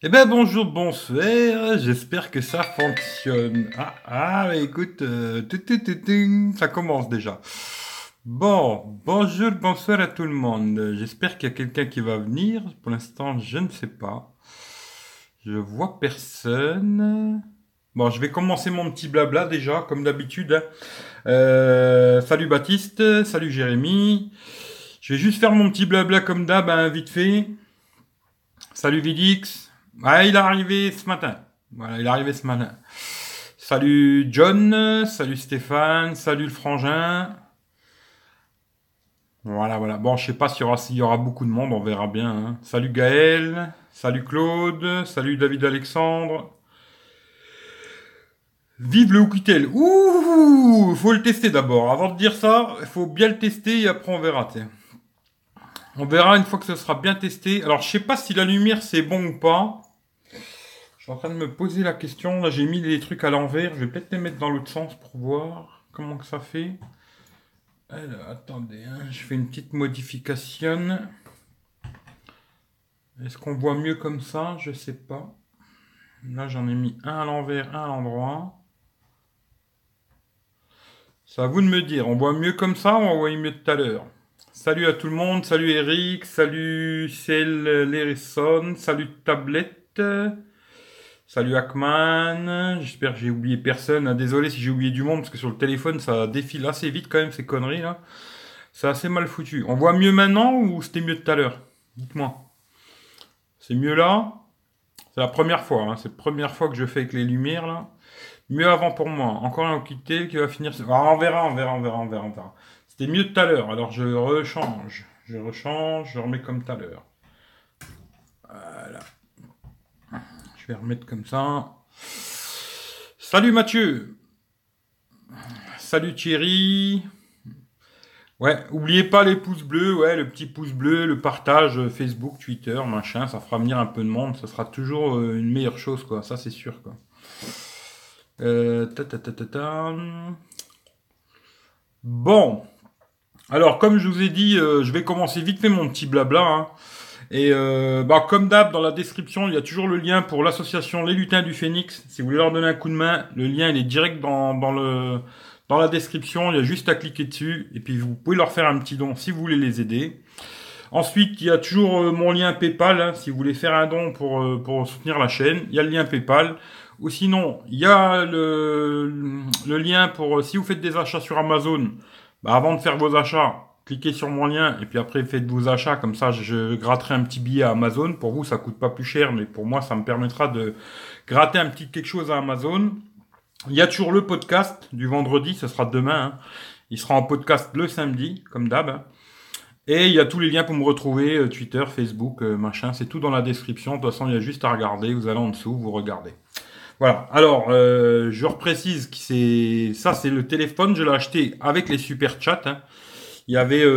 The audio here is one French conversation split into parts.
Eh ben bonjour, bonsoir, j'espère que ça fonctionne. Mais écoute, ça commence déjà. Bon, bonjour, bonsoir à tout le monde. J'espère qu'il y a quelqu'un qui va venir. Pour l'instant, je ne sais pas. Je vois personne. Bon, je vais commencer mon petit blabla déjà, comme d'habitude, hein. Salut Baptiste, salut Jérémy. Je vais juste faire mon petit blabla comme d'hab, hein, vite fait. Salut Vidix. Ah, il est arrivé ce matin. Voilà, il est arrivé ce matin. Salut John, salut Stéphane, salut le frangin. Voilà, voilà. Bon, je sais pas s'il y aura beaucoup de monde, on verra bien, hein. Salut Gaël, salut Claude, salut David Alexandre. Vive le Oukitel. Ouh, faut le tester d'abord. Avant de dire ça, il faut bien le tester et après on verra, t'sais. On verra une fois que ce sera bien testé. Alors, je sais pas si la lumière c'est bon ou pas. Je suis en train de me poser la question. Là, j'ai mis les trucs à l'envers. Je vais peut-être les mettre dans l'autre sens pour voir comment que ça fait. Alors, attendez, hein, je fais une petite modification. Est-ce qu'on voit mieux comme ça? Je sais pas. Là, j'en ai mis un à l'envers, un à l'endroit. C'est à vous de me dire. On voit mieux comme ça ou on voit mieux tout à l'heure? Salut à tout le monde. Salut Eric. Salut Celle Lerison. Salut Tablette. Salut Hackman, j'espère que j'ai oublié personne. Désolé si j'ai oublié du monde, parce que sur le téléphone, ça défile assez vite quand même, ces conneries là. C'est assez mal foutu. On voit mieux maintenant ou c'était mieux tout à l'heure? Dites-moi. C'est mieux là? C'est la première fois, hein. C'est la première fois que je fais avec les lumières là. Mieux avant pour moi. Encore un Oukitel qui va finir. On verra, on verra, on verra, on verra, on verra. C'était mieux tout à l'heure, alors je rechange. Je rechange, je remets comme tout à l'heure. Voilà. Je vais remettre comme ça. Salut Mathieu! Salut Thierry. Ouais, oubliez pas les pouces bleus, ouais, le petit pouce bleu, le partage Facebook, Twitter, machin, ça fera venir un peu de monde, ça sera toujours une meilleure chose, quoi, ça c'est sûr, quoi. Ta, ta, ta, ta, ta. Bon, alors comme je vous ai dit, je vais commencer vite fait mon petit blabla, hein. Et comme d'hab, dans la description, il y a toujours le lien pour l'association Les Lutins du Phénix. Si vous voulez leur donner un coup de main, le lien il est direct dans la description. Il y a juste à cliquer dessus. Et puis vous pouvez leur faire un petit don si vous voulez les aider. Ensuite, il y a toujours mon lien PayPal, hein, si vous voulez faire un don pour soutenir la chaîne. Il y a le lien PayPal. Ou sinon, il y a le lien pour si vous faites des achats sur Amazon. Avant de faire vos achats, cliquez sur mon lien et puis après faites vos achats. Comme ça, je gratterai un petit billet à Amazon. Pour vous, ça coûte pas plus cher, mais pour moi, ça me permettra de gratter un petit quelque chose à Amazon. Il y a toujours le podcast du vendredi, ce sera demain, hein. Il sera en podcast le samedi, comme d'hab, hein. Et il y a tous les liens pour me retrouver, Twitter, Facebook, machin, c'est tout dans la description. De toute façon, il y a juste à regarder, vous allez en dessous, vous regardez. Voilà, alors, je reprécise que c'est le téléphone, je l'ai acheté avec les super chats, hein. Il y avait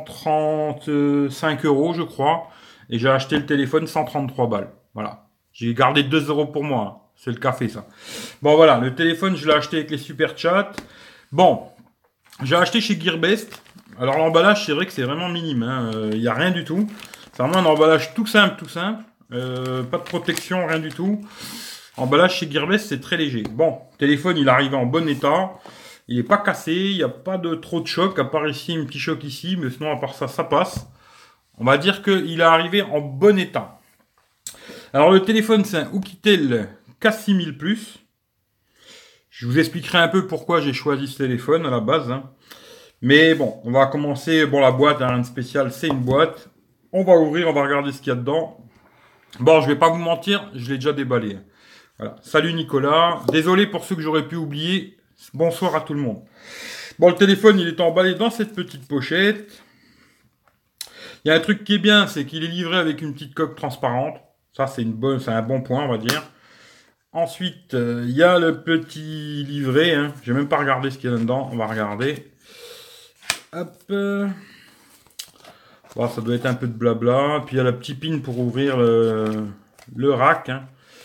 135 euros, je crois, et j'ai acheté le téléphone 133 balles. Voilà, j'ai gardé 2 euros pour moi, hein. C'est le café, ça. Bon, voilà, le téléphone, je l'ai acheté avec les super chats. Bon, j'ai acheté chez Gearbest. Alors, l'emballage, c'est vrai que c'est vraiment minime, hein. Il n'y a rien du tout. C'est vraiment un emballage tout simple, tout simple. Pas de protection, rien du tout. Emballage chez Gearbest, c'est très léger. Bon, téléphone, il arrive en bon état. Il n'est pas cassé, il n'y a pas de trop de choc, à part ici, un petit choc ici, mais sinon, à part ça, ça passe. On va dire qu'il est arrivé en bon état. Alors, le téléphone, c'est un Oukitel K6000 Plus. Je vous expliquerai un peu pourquoi j'ai choisi ce téléphone à la base, hein. Mais bon, on va commencer. Bon, la boîte, hein, rien de spécial, c'est une boîte. On va ouvrir, on va regarder ce qu'il y a dedans. Bon, je vais pas vous mentir, je l'ai déjà déballé. Voilà. Salut Nicolas. Désolé pour ceux que j'aurais pu oublier. Bonsoir à tout le monde. Bon, le téléphone, il est emballé dans cette petite pochette. Il y a un truc qui est bien, c'est qu'il est livré avec une petite coque transparente. Ça, c'est un bon point, on va dire. Ensuite, il y a le petit livret, hein. J'ai même pas regardé ce qu'il y a dedans. On va regarder. Hop. Bon, ça doit être un peu de blabla. Puis il y a la petite pin pour ouvrir le rack, hein.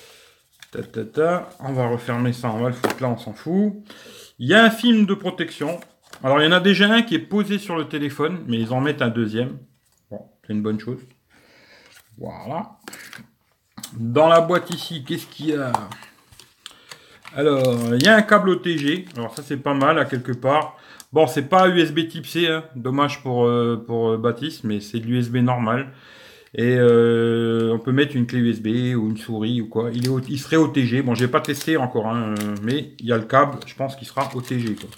On va refermer ça, on va le foutre là, on s'en fout. Il y a un film de protection. Alors, il y en a déjà un qui est posé sur le téléphone, mais ils en mettent un deuxième. Bon, c'est une bonne chose. Voilà. Dans la boîte ici, qu'est-ce qu'il y a? Alors, il y a un câble OTG. Alors ça, c'est pas mal, à quelque part. Bon, c'est pas USB type C, hein. Dommage pour Baptiste, mais c'est de l'USB normal. Et on peut mettre une clé USB ou une souris ou quoi. Il serait OTG. Bon, j'ai pas testé encore, hein, mais il y a le câble. Je pense qu'il sera OTG, quoi.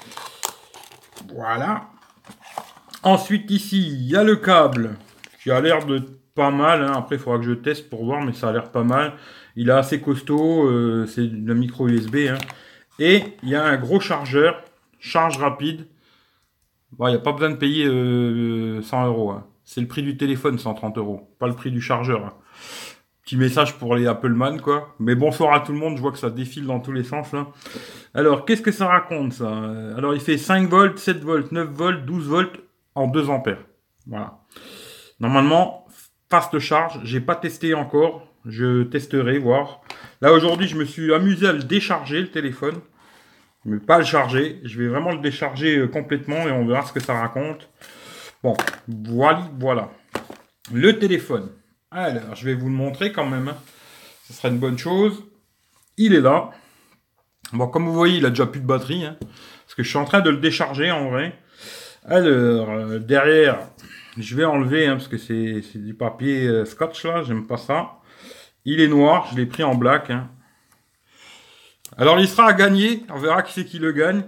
Voilà. Ensuite, ici, il y a le câble qui a l'air de pas mal, hein. Après, il faudra que je teste pour voir, mais ça a l'air pas mal. Il est assez costaud. C'est de micro USB, hein. Et il y a un gros chargeur, charge rapide. Bon, il n'y a pas besoin de payer 100 euros, hein. C'est le prix du téléphone, 130 euros, pas le prix du chargeur, hein. Petit message pour les Appleman, quoi. Mais bonsoir à tout le monde, je vois que ça défile dans tous les sens, là. Alors, qu'est-ce que ça raconte, ça? Alors, il fait 5 volts, 7 volts, 9 volts, 12 volts en 2 ampères. Voilà. Normalement, fast charge, j'ai pas testé encore. Je testerai, voir. Là, aujourd'hui, je me suis amusé à le décharger, le téléphone. Mais pas le charger. Je vais vraiment le décharger complètement et on verra ce que ça raconte. Bon, voilà. Le téléphone. Alors, je vais vous le montrer quand même, hein. Ce serait une bonne chose. Il est là. Bon, comme vous voyez, il a déjà plus de batterie, hein, parce que je suis en train de le décharger en vrai. Alors, derrière, je vais enlever, hein, parce que c'est du papier scotch là, j'aime pas ça. Il est noir, je l'ai pris en black, hein. Alors, il sera à gagner, on verra qui c'est qui le gagne.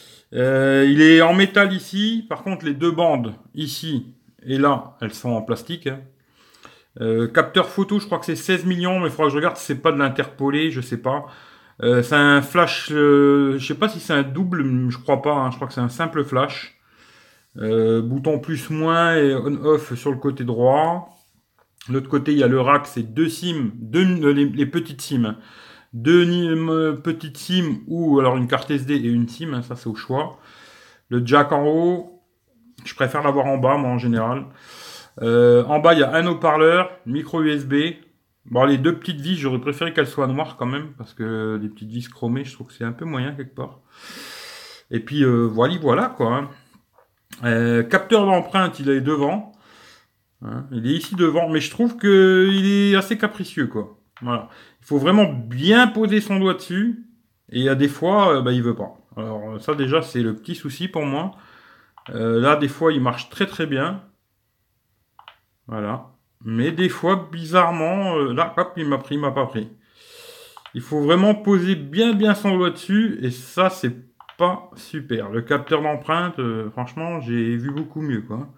Il est en métal ici, par contre, les deux bandes ici et là, elles sont en plastique, hein. Capteur photo, je crois que c'est 16 millions, mais il faudra que je regarde si c'est pas de l'interpolé, je sais pas. C'est un flash, je sais pas si c'est un double, je crois pas, hein, je crois que c'est un simple flash. Bouton plus moins et on-off sur le côté droit. L'autre côté, il y a le rack, c'est deux SIM, les petites SIM, hein. Deux petites SIM ou alors une carte SD et une SIM, hein, ça c'est au choix. Le jack en haut, je préfère l'avoir en bas, moi en général. En bas, il y a un haut-parleur, micro USB. Bon, les deux petites vis, j'aurais préféré qu'elles soient noires quand même, parce que les petites vis chromées, je trouve que c'est un peu moyen quelque part. Et puis, voilà quoi, hein. Capteur d'empreinte, il est devant, hein. Il est ici devant, mais je trouve que il est assez capricieux, quoi. Voilà. Il faut vraiment bien poser son doigt dessus, et il y a des fois, il veut pas. Alors ça déjà, c'est le petit souci pour moi. Là, des fois, il marche très très bien. Voilà. Mais des fois, bizarrement, là, hop, il m'a pas pris. Il faut vraiment poser bien son doigt dessus, et ça, c'est pas super. Le capteur d'empreinte, franchement, j'ai vu beaucoup mieux, quoi.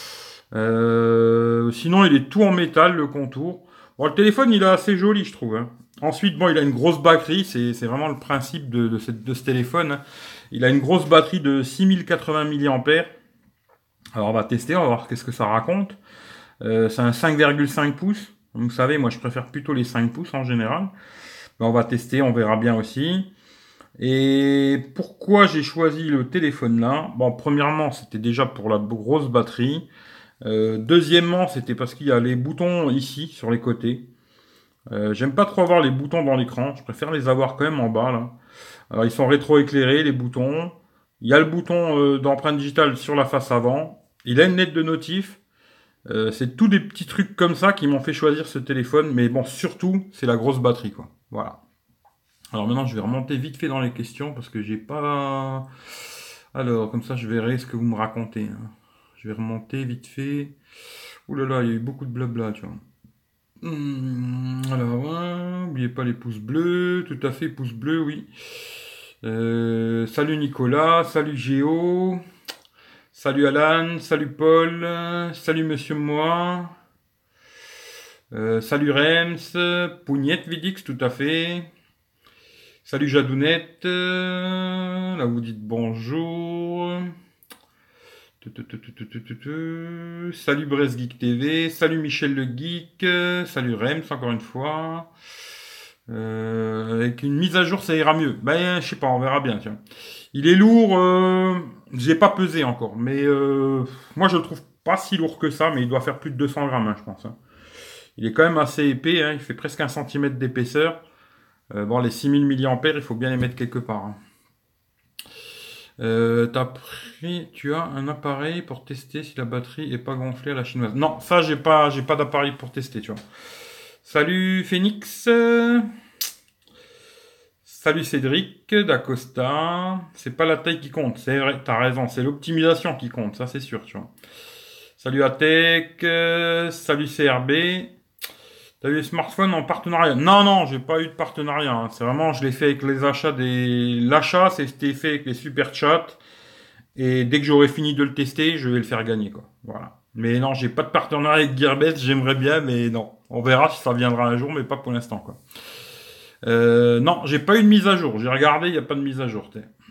Sinon, il est tout en métal, le contour. Bon, le téléphone, il est assez joli, je trouve, hein. Ensuite, bon, il a une grosse batterie, c'est vraiment le principe de ce téléphone, hein. Il a une grosse batterie de 6080 mAh. Alors, on va tester, on va voir qu'est-ce que ça raconte. C'est un 5,5 pouces. Vous savez, moi je préfère plutôt les 5 pouces en général. Mais on va tester, on verra bien aussi. Et pourquoi j'ai choisi le téléphone là? Bon, premièrement, c'était déjà pour la grosse batterie. Deuxièmement, c'était parce qu'il y a les boutons ici, sur les côtés. J'aime pas trop avoir les boutons dans l'écran. Je préfère les avoir quand même en bas là. Alors, ils sont rétro-éclairés, les boutons. Il y a le bouton d'empreinte digitale sur la face avant. Il a une lettre de notif. C'est tous des petits trucs comme ça qui m'ont fait choisir ce téléphone, mais bon, surtout, c'est la grosse batterie, quoi. Voilà. Alors maintenant, je vais remonter vite fait dans les questions parce que j'ai pas. Alors, comme ça, je verrai ce que vous me racontez, hein. Je vais remonter vite fait. Ouh là là, il y a eu beaucoup de blabla, tu vois. Alors, ouais, n'oubliez pas les pouces bleus, tout à fait, pouces bleus, oui. Salut Nicolas, salut Géo. Salut Alan, salut Paul, salut Monsieur Moi, salut Rems, Pougnette Vidix, tout à fait. Salut Jadounette, là vous dites bonjour. Salut Brest Geek TV, salut Michel le Geek, salut Rems encore une fois. Avec une mise à jour ça ira mieux. Ben je sais pas, on verra bien, tiens. Il est lourd, j'ai pas pesé encore, mais moi je le trouve pas si lourd que ça, mais il doit faire plus de 200 grammes, hein, je pense, hein. Il est quand même assez épais, hein, il fait presque 1 centimètre d'épaisseur. Bon, les 6000 mAh, il faut bien les mettre quelque part, hein. Tu as un appareil pour tester si la batterie est pas gonflée à la chinoise. Non, ça j'ai pas d'appareil pour tester, tu vois. Salut Phoenix. Salut Cédric d'Acosta. C'est pas la taille qui compte, c'est vrai, t'as raison, c'est l'optimisation qui compte, ça c'est sûr, tu vois. Salut Atec, salut CRB. T'as eu les smartphones en partenariat? Non, non, j'ai pas eu de partenariat, hein. C'est vraiment, je l'ai fait avec les achats des... L'achat, c'était fait avec les super chats. Et dès que j'aurai fini de le tester, je vais le faire gagner, quoi. Voilà. Mais non, j'ai pas de partenariat avec Gearbest, j'aimerais bien, mais non. On verra si ça viendra un jour, mais pas pour l'instant, quoi. Non, j'ai pas eu de mise à jour. J'ai regardé, il n'y a pas de mise à jour.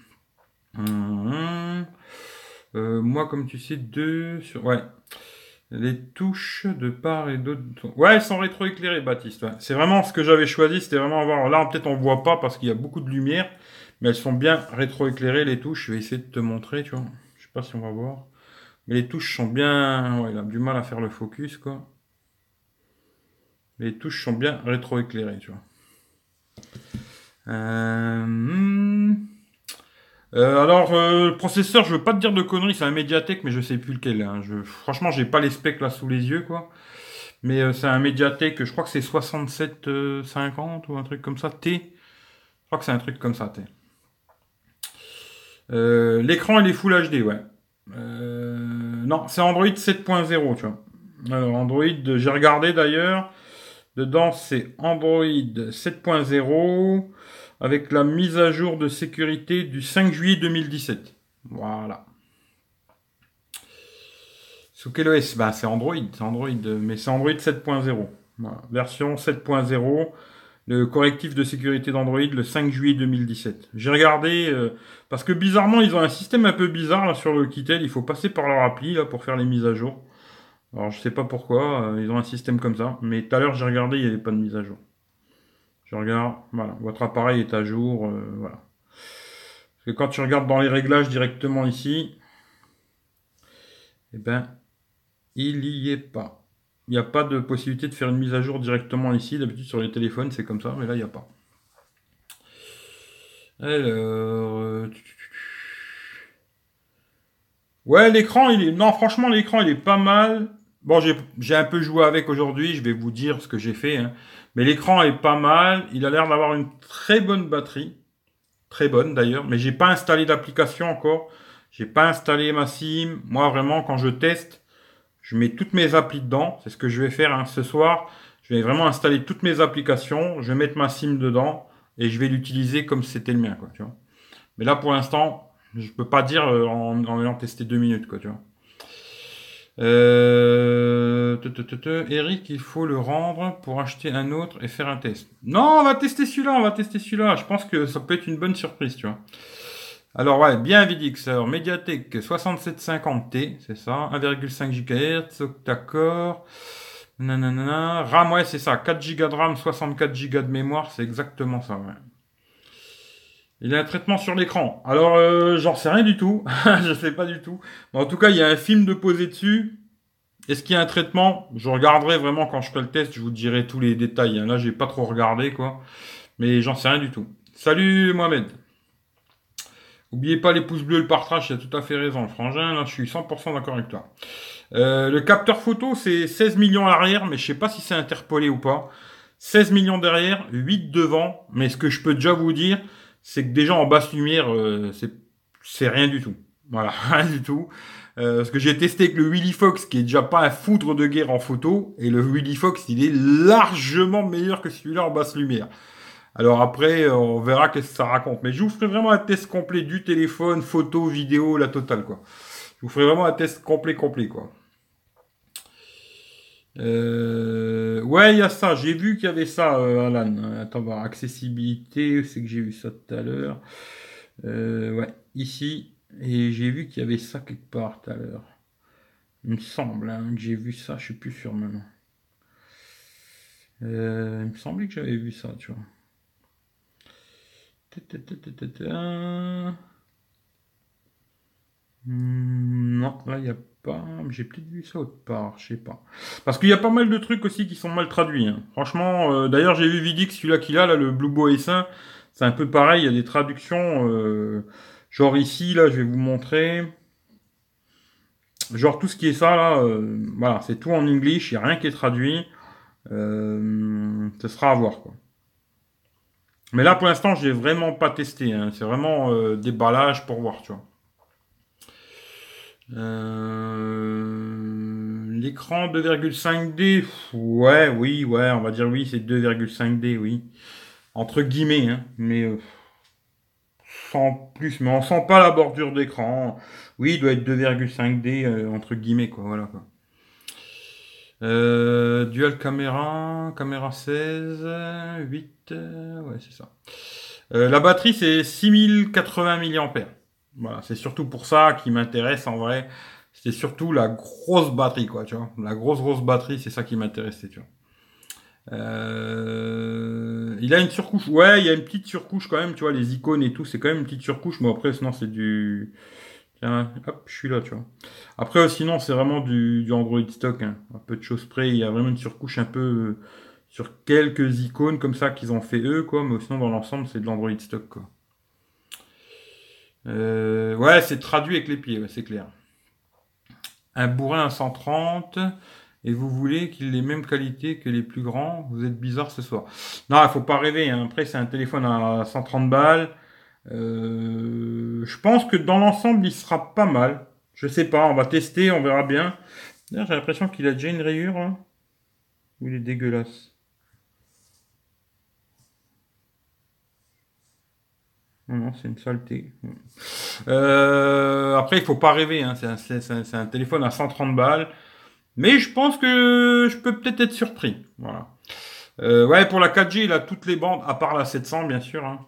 Hum, moi, comme tu sais, deux sur... Ouais. Les touches de part et d'autre. Ouais, elles sont rétroéclairées, Baptiste. Ouais. C'est vraiment ce que j'avais choisi. C'était vraiment avoir. Là, peut-être on voit pas parce qu'il y a beaucoup de lumière, mais elles sont bien rétroéclairées, les touches. Je vais essayer de te montrer, tu vois. Je sais pas si on va voir. Mais les touches sont bien. Ouais, il a du mal à faire le focus, quoi. Les touches sont bien rétroéclairées, tu vois. Le processeur, je veux pas te dire de conneries, c'est un Mediatek, mais je sais plus lequel, hein. Franchement, j'ai pas les specs là sous les yeux, quoi. Mais c'est un Mediatek, je crois que c'est 6750 ou un truc comme ça, T. Je crois que c'est un truc comme ça, T. L'écran, il est Full HD, ouais. Non, c'est Android 7.0, tu vois. Alors, Android, j'ai regardé d'ailleurs. Dedans, c'est Android 7.0 avec la mise à jour de sécurité du 5 juillet 2017. Voilà. Sous quel OS? Bah, c'est Android, mais c'est Android 7.0. Voilà. Version 7.0, le correctif de sécurité d'Android le 5 juillet 2017. J'ai regardé, parce que bizarrement, ils ont un système un peu bizarre là sur le Kitel. Il faut passer par leur appli là pour faire les mises à jour. Alors, je sais pas pourquoi, ils ont un système comme ça. Mais tout à l'heure, j'ai regardé, il n'y avait pas de mise à jour. Je regarde, voilà, votre appareil est à jour, voilà. Parce que quand tu regardes dans les réglages directement ici, eh ben, il y est pas. Il n'y a pas de possibilité de faire une mise à jour directement ici. D'habitude sur les téléphones c'est comme ça, mais là il n'y a pas. Alors, ouais, l'écran il est, non franchement l'écran il est pas mal. Bon, j'ai un peu joué avec aujourd'hui. Je vais vous dire ce que j'ai fait, hein. Mais l'écran est pas mal. Il a l'air d'avoir une très bonne batterie. Très bonne d'ailleurs, mais j'ai pas installé d'application encore. J'ai pas installé ma SIM. Moi vraiment quand je teste, je mets toutes mes applis dedans. C'est ce que je vais faire, hein, ce soir. Je vais vraiment installer toutes mes applications. Je vais mettre ma SIM dedans et je vais l'utiliser comme si c'était le mien, quoi, tu vois. Mais là pour l'instant, je peux pas dire en ayant testé 2 minutes, quoi, tu vois. Eric, il faut le rendre pour acheter un autre et faire un test. Non, on va tester celui-là, on va tester celui-là. Je pense que ça peut être une bonne surprise, tu vois. Alors, ouais, bien Vidix. Alors, Mediatek 6750T, c'est ça. 1,5 GHz, octa-core. Nanana. RAM, ouais, c'est ça. 4 Go de RAM, 64 Go de mémoire, c'est exactement ça, ouais. Il y a un traitement sur l'écran. Alors, j'en sais rien du tout. Je sais pas du tout. Mais en tout cas, il y a un film de posé dessus. Est-ce qu'il y a un traitement? Je regarderai vraiment quand je ferai le test, je vous dirai tous les détails, hein. Là, j'ai pas trop regardé, quoi. Mais j'en sais rien du tout. Salut Mohamed. N'oubliez pas les pouces bleus, le partage, tu as tout à fait raison, frangin. Là, je suis 100% d'accord avec toi. Le capteur photo, c'est 16 millions à l'arrière, mais je sais pas si c'est interpolé ou pas. 16 millions derrière, 8 devant. Mais ce que je peux déjà vous dire, c'est que déjà en basse lumière, c'est rien du tout. Voilà, rien du tout. Parce que j'ai testé avec le Willy Fox, qui est déjà pas un foudre de guerre en photo, et le Willy Fox, il est largement meilleur que celui-là en basse lumière. Alors après, on verra qu'est-ce que ça raconte. Mais je vous ferai vraiment un test complet du téléphone, photo, vidéo, la totale, quoi. Je vous ferai vraiment un test complet, quoi. Ouais, il y a ça. J'ai vu qu'il y avait ça, Alan. Attends, voir. Accessibilité, c'est que j'ai vu ça tout à l'heure. Ouais, ici. Et j'ai vu qu'il y avait ça quelque part tout à l'heure. Il me semble, hein, que j'ai vu ça. Je suis plus sûr maintenant. Il me semblait que j'avais vu ça, tu vois. Non, là, il n'y a pas. J'ai peut-être vu ça autre part, je sais pas. Parce qu'il y a pas mal de trucs aussi qui sont mal traduits, hein. Franchement, d'ailleurs, j'ai vu Vidix, celui-là qu'il a, là, le Blue Boy S1. C'est un peu pareil, il y a des traductions. Genre ici, là, je vais vous montrer. Genre tout ce qui est ça, là, voilà, c'est tout en English, il n'y a rien qui est traduit. Ce sera à voir, quoi. Mais là, pour l'instant, je l'ai vraiment pas testé, hein. C'est vraiment déballage pour voir, tu vois. L'écran 2,5D, ouais, oui, ouais, on va dire oui, c'est 2,5D, oui. Entre guillemets, hein. Mais sans plus, mais on sent pas la bordure d'écran. Oui, il doit être 2,5D, entre guillemets, quoi, voilà, quoi. Dual caméra, caméra 16, 8, ouais, c'est ça. La batterie, c'est 6080 mAh. Voilà, c'est surtout pour ça qui m'intéresse en vrai. C'est surtout la grosse batterie, quoi, tu vois. La grosse batterie, c'est ça qui m'intéressait, tu vois. Il a une surcouche. Ouais, il y a une petite surcouche quand même, tu vois, les icônes et tout, c'est quand même une petite surcouche, mais après, sinon, c'est du. Tiens, hop, je suis là, tu vois. Après, sinon, c'est vraiment du Android stock, hein. Un peu de choses près, il y a vraiment une surcouche un peu sur quelques icônes comme ça qu'ils ont fait eux, quoi, mais sinon, dans l'ensemble, c'est de l'Android stock, quoi. Ouais, c'est traduit avec les pieds, ouais, c'est clair. Un bourrin à 130, et vous voulez qu'il ait les mêmes qualités que les plus grands, vous êtes bizarre ce soir. Non, il faut pas rêver, hein. Après, c'est un téléphone à 130 balles. Je pense que dans l'ensemble, il sera pas mal. Je sais pas, on va tester, on verra bien. D'ailleurs, j'ai l'impression qu'il a déjà une rayure, hein. Ou il est dégueulasse. Non, non, c'est une saleté. Après, il faut pas rêver, hein. C'est un téléphone à 130 balles. Mais je pense que je peux peut-être être surpris. Voilà. Ouais, pour la 4G, il a toutes les bandes, à part la 700, bien sûr, hein.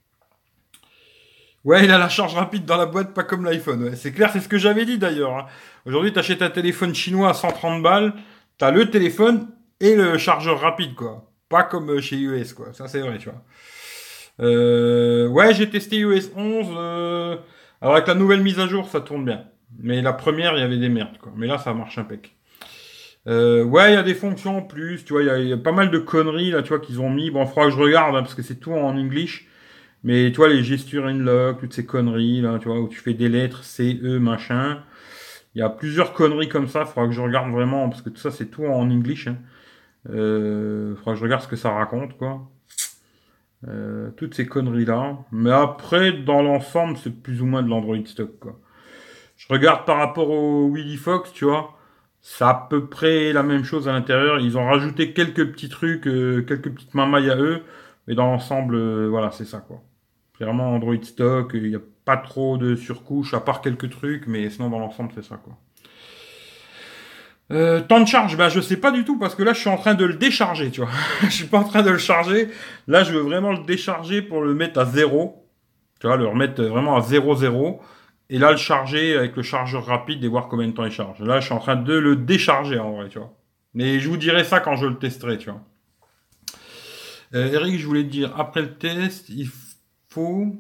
Ouais, il a la charge rapide dans la boîte, pas comme l'iPhone. Ouais. C'est clair, c'est ce que j'avais dit d'ailleurs, hein. Aujourd'hui, t'achètes un téléphone chinois à 130 balles, t'as le téléphone et le chargeur rapide, quoi. Pas comme chez iOS, quoi. Ça, c'est vrai, tu vois. Ouais, j'ai testé iOS 11. Alors, avec la nouvelle mise à jour, ça tourne bien. Mais la première, il y avait des merdes, quoi. Mais là, ça marche impec. Ouais, il y a des fonctions en plus, tu vois, il y a pas mal de conneries, là, tu vois, qu'ils ont mis. Bon, il faudra que je regarde, hein, parce que c'est tout en English. Mais tu vois, les gestures inlock, toutes ces conneries, là, tu vois, où tu fais des lettres, C, E, machin. Il y a plusieurs conneries comme ça, il faudra que je regarde vraiment, parce que tout ça, c'est tout en English, hein. Faudra que je regarde ce que ça raconte, quoi. Toutes ces conneries-là. Mais après, dans l'ensemble, c'est plus ou moins de l'Android stock, quoi. Je regarde par rapport au Willy Fox, tu vois. C'est à peu près la même chose à l'intérieur. Ils ont rajouté quelques petits trucs, quelques petites mamailles à eux. Mais dans l'ensemble, voilà, c'est ça, quoi. C'est vraiment Android stock. Il n'y a pas trop de surcouche, à part quelques trucs. Mais sinon, dans l'ensemble, c'est ça, quoi. Temps de charge, bah je sais pas du tout parce que là je suis en train de le décharger, tu vois. Je suis pas en train de le charger. Là je veux vraiment le décharger pour le mettre à zéro. Tu vois, le remettre vraiment à 0,0. Et là, le charger avec le chargeur rapide et voir combien de temps il charge. Là, je suis en train de le décharger en vrai, tu vois. Mais je vous dirai ça quand je le testerai, tu vois. Eric, je voulais te dire, après le test, il faut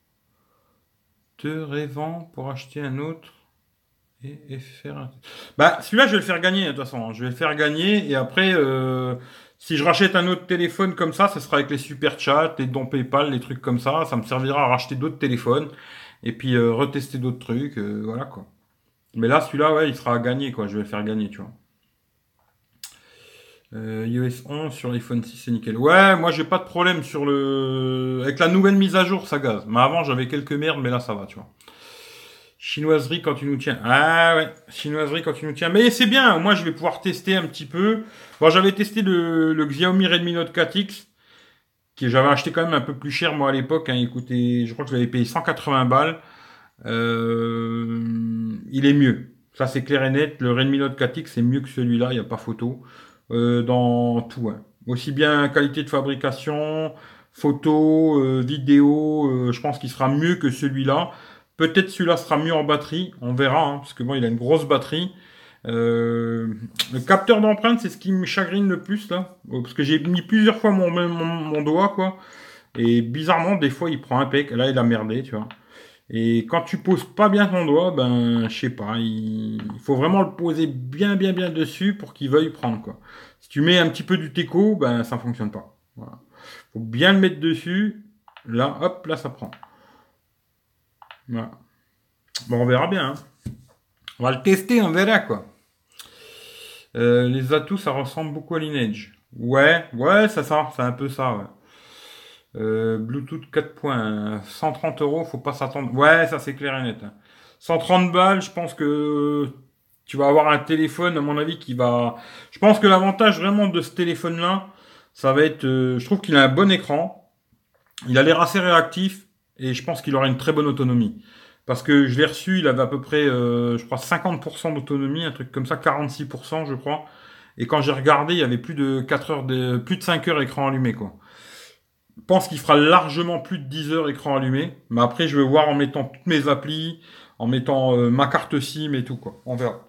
te revendre pour acheter un autre et faire un... Bah, celui-là, je vais le faire gagner, de toute façon. Je vais le faire gagner et après, si je rachète un autre téléphone comme ça sera avec les super chats, les dons PayPal, les trucs comme ça. Ça me servira à racheter d'autres téléphones et puis retester d'autres trucs, voilà quoi. Mais là, celui-là, ouais, il sera à gagner, quoi. Je vais le faire gagner, tu vois. iOS 11 sur l'iPhone 6, c'est nickel. Ouais, moi, j'ai pas de problème sur le... Avec la nouvelle mise à jour, ça gaze. Mais avant, j'avais quelques merdes, mais là, ça va, tu vois. Chinoiserie quand tu nous tiens. Ah ouais, chinoiserie quand tu nous tiens. Mais c'est bien, moi, je vais pouvoir tester un petit peu. Bon, j'avais testé le Xiaomi Redmi Note 4X, que j'avais acheté quand même un peu plus cher, moi, à l'époque, hein. Il coûtait, je crois que je l'avais payé 180 balles. Il est mieux. Ça, c'est clair et net. Le Redmi Note 4X, c'est mieux que celui-là, il n'y a pas photo. Dans tout, hein. Aussi bien qualité de fabrication, photo, vidéo, je pense qu'il sera mieux que celui-là. Peut-être celui-là sera mieux en batterie, on verra, hein, parce que bon, il a une grosse batterie. Le capteur d'empreinte, c'est ce qui me chagrine le plus là, parce que j'ai mis plusieurs fois mon doigt, quoi. Et bizarrement, des fois, il prend un pec. Là, il a merdé, tu vois. Et quand tu poses pas bien ton doigt, ben, je sais pas, il faut vraiment le poser bien dessus pour qu'il veuille prendre, quoi. Si tu mets un petit peu du teco, ben, ça fonctionne pas. Voilà. Faut bien le mettre dessus. Là, hop, là, ça prend. Voilà. Bon, on verra bien, hein. On va le tester, on verra, quoi. Les atouts, ça ressemble beaucoup à Lineage. Ouais, ça, c'est un peu ça, ouais. Bluetooth 4 points, 130 euros, faut pas s'attendre. Ouais, ça c'est clair et net, hein. 130 balles, je pense que tu vas avoir un téléphone, à mon avis, qui va. Je pense que l'avantage vraiment de ce téléphone-là, ça va être. Je trouve qu'il a un bon écran, il a l'air assez réactif et je pense qu'il aura une très bonne autonomie. Parce que je l'ai reçu, il avait à peu près, je crois, 50% d'autonomie, un truc comme ça, 46%, je crois. Et quand j'ai regardé, il y avait plus de 4 heures plus de 5 heures écran allumé, quoi. Je pense qu'il fera largement plus de 10 heures écran allumé. Mais après, je vais voir en mettant toutes mes applis, en mettant ma carte SIM et tout, quoi. On verra.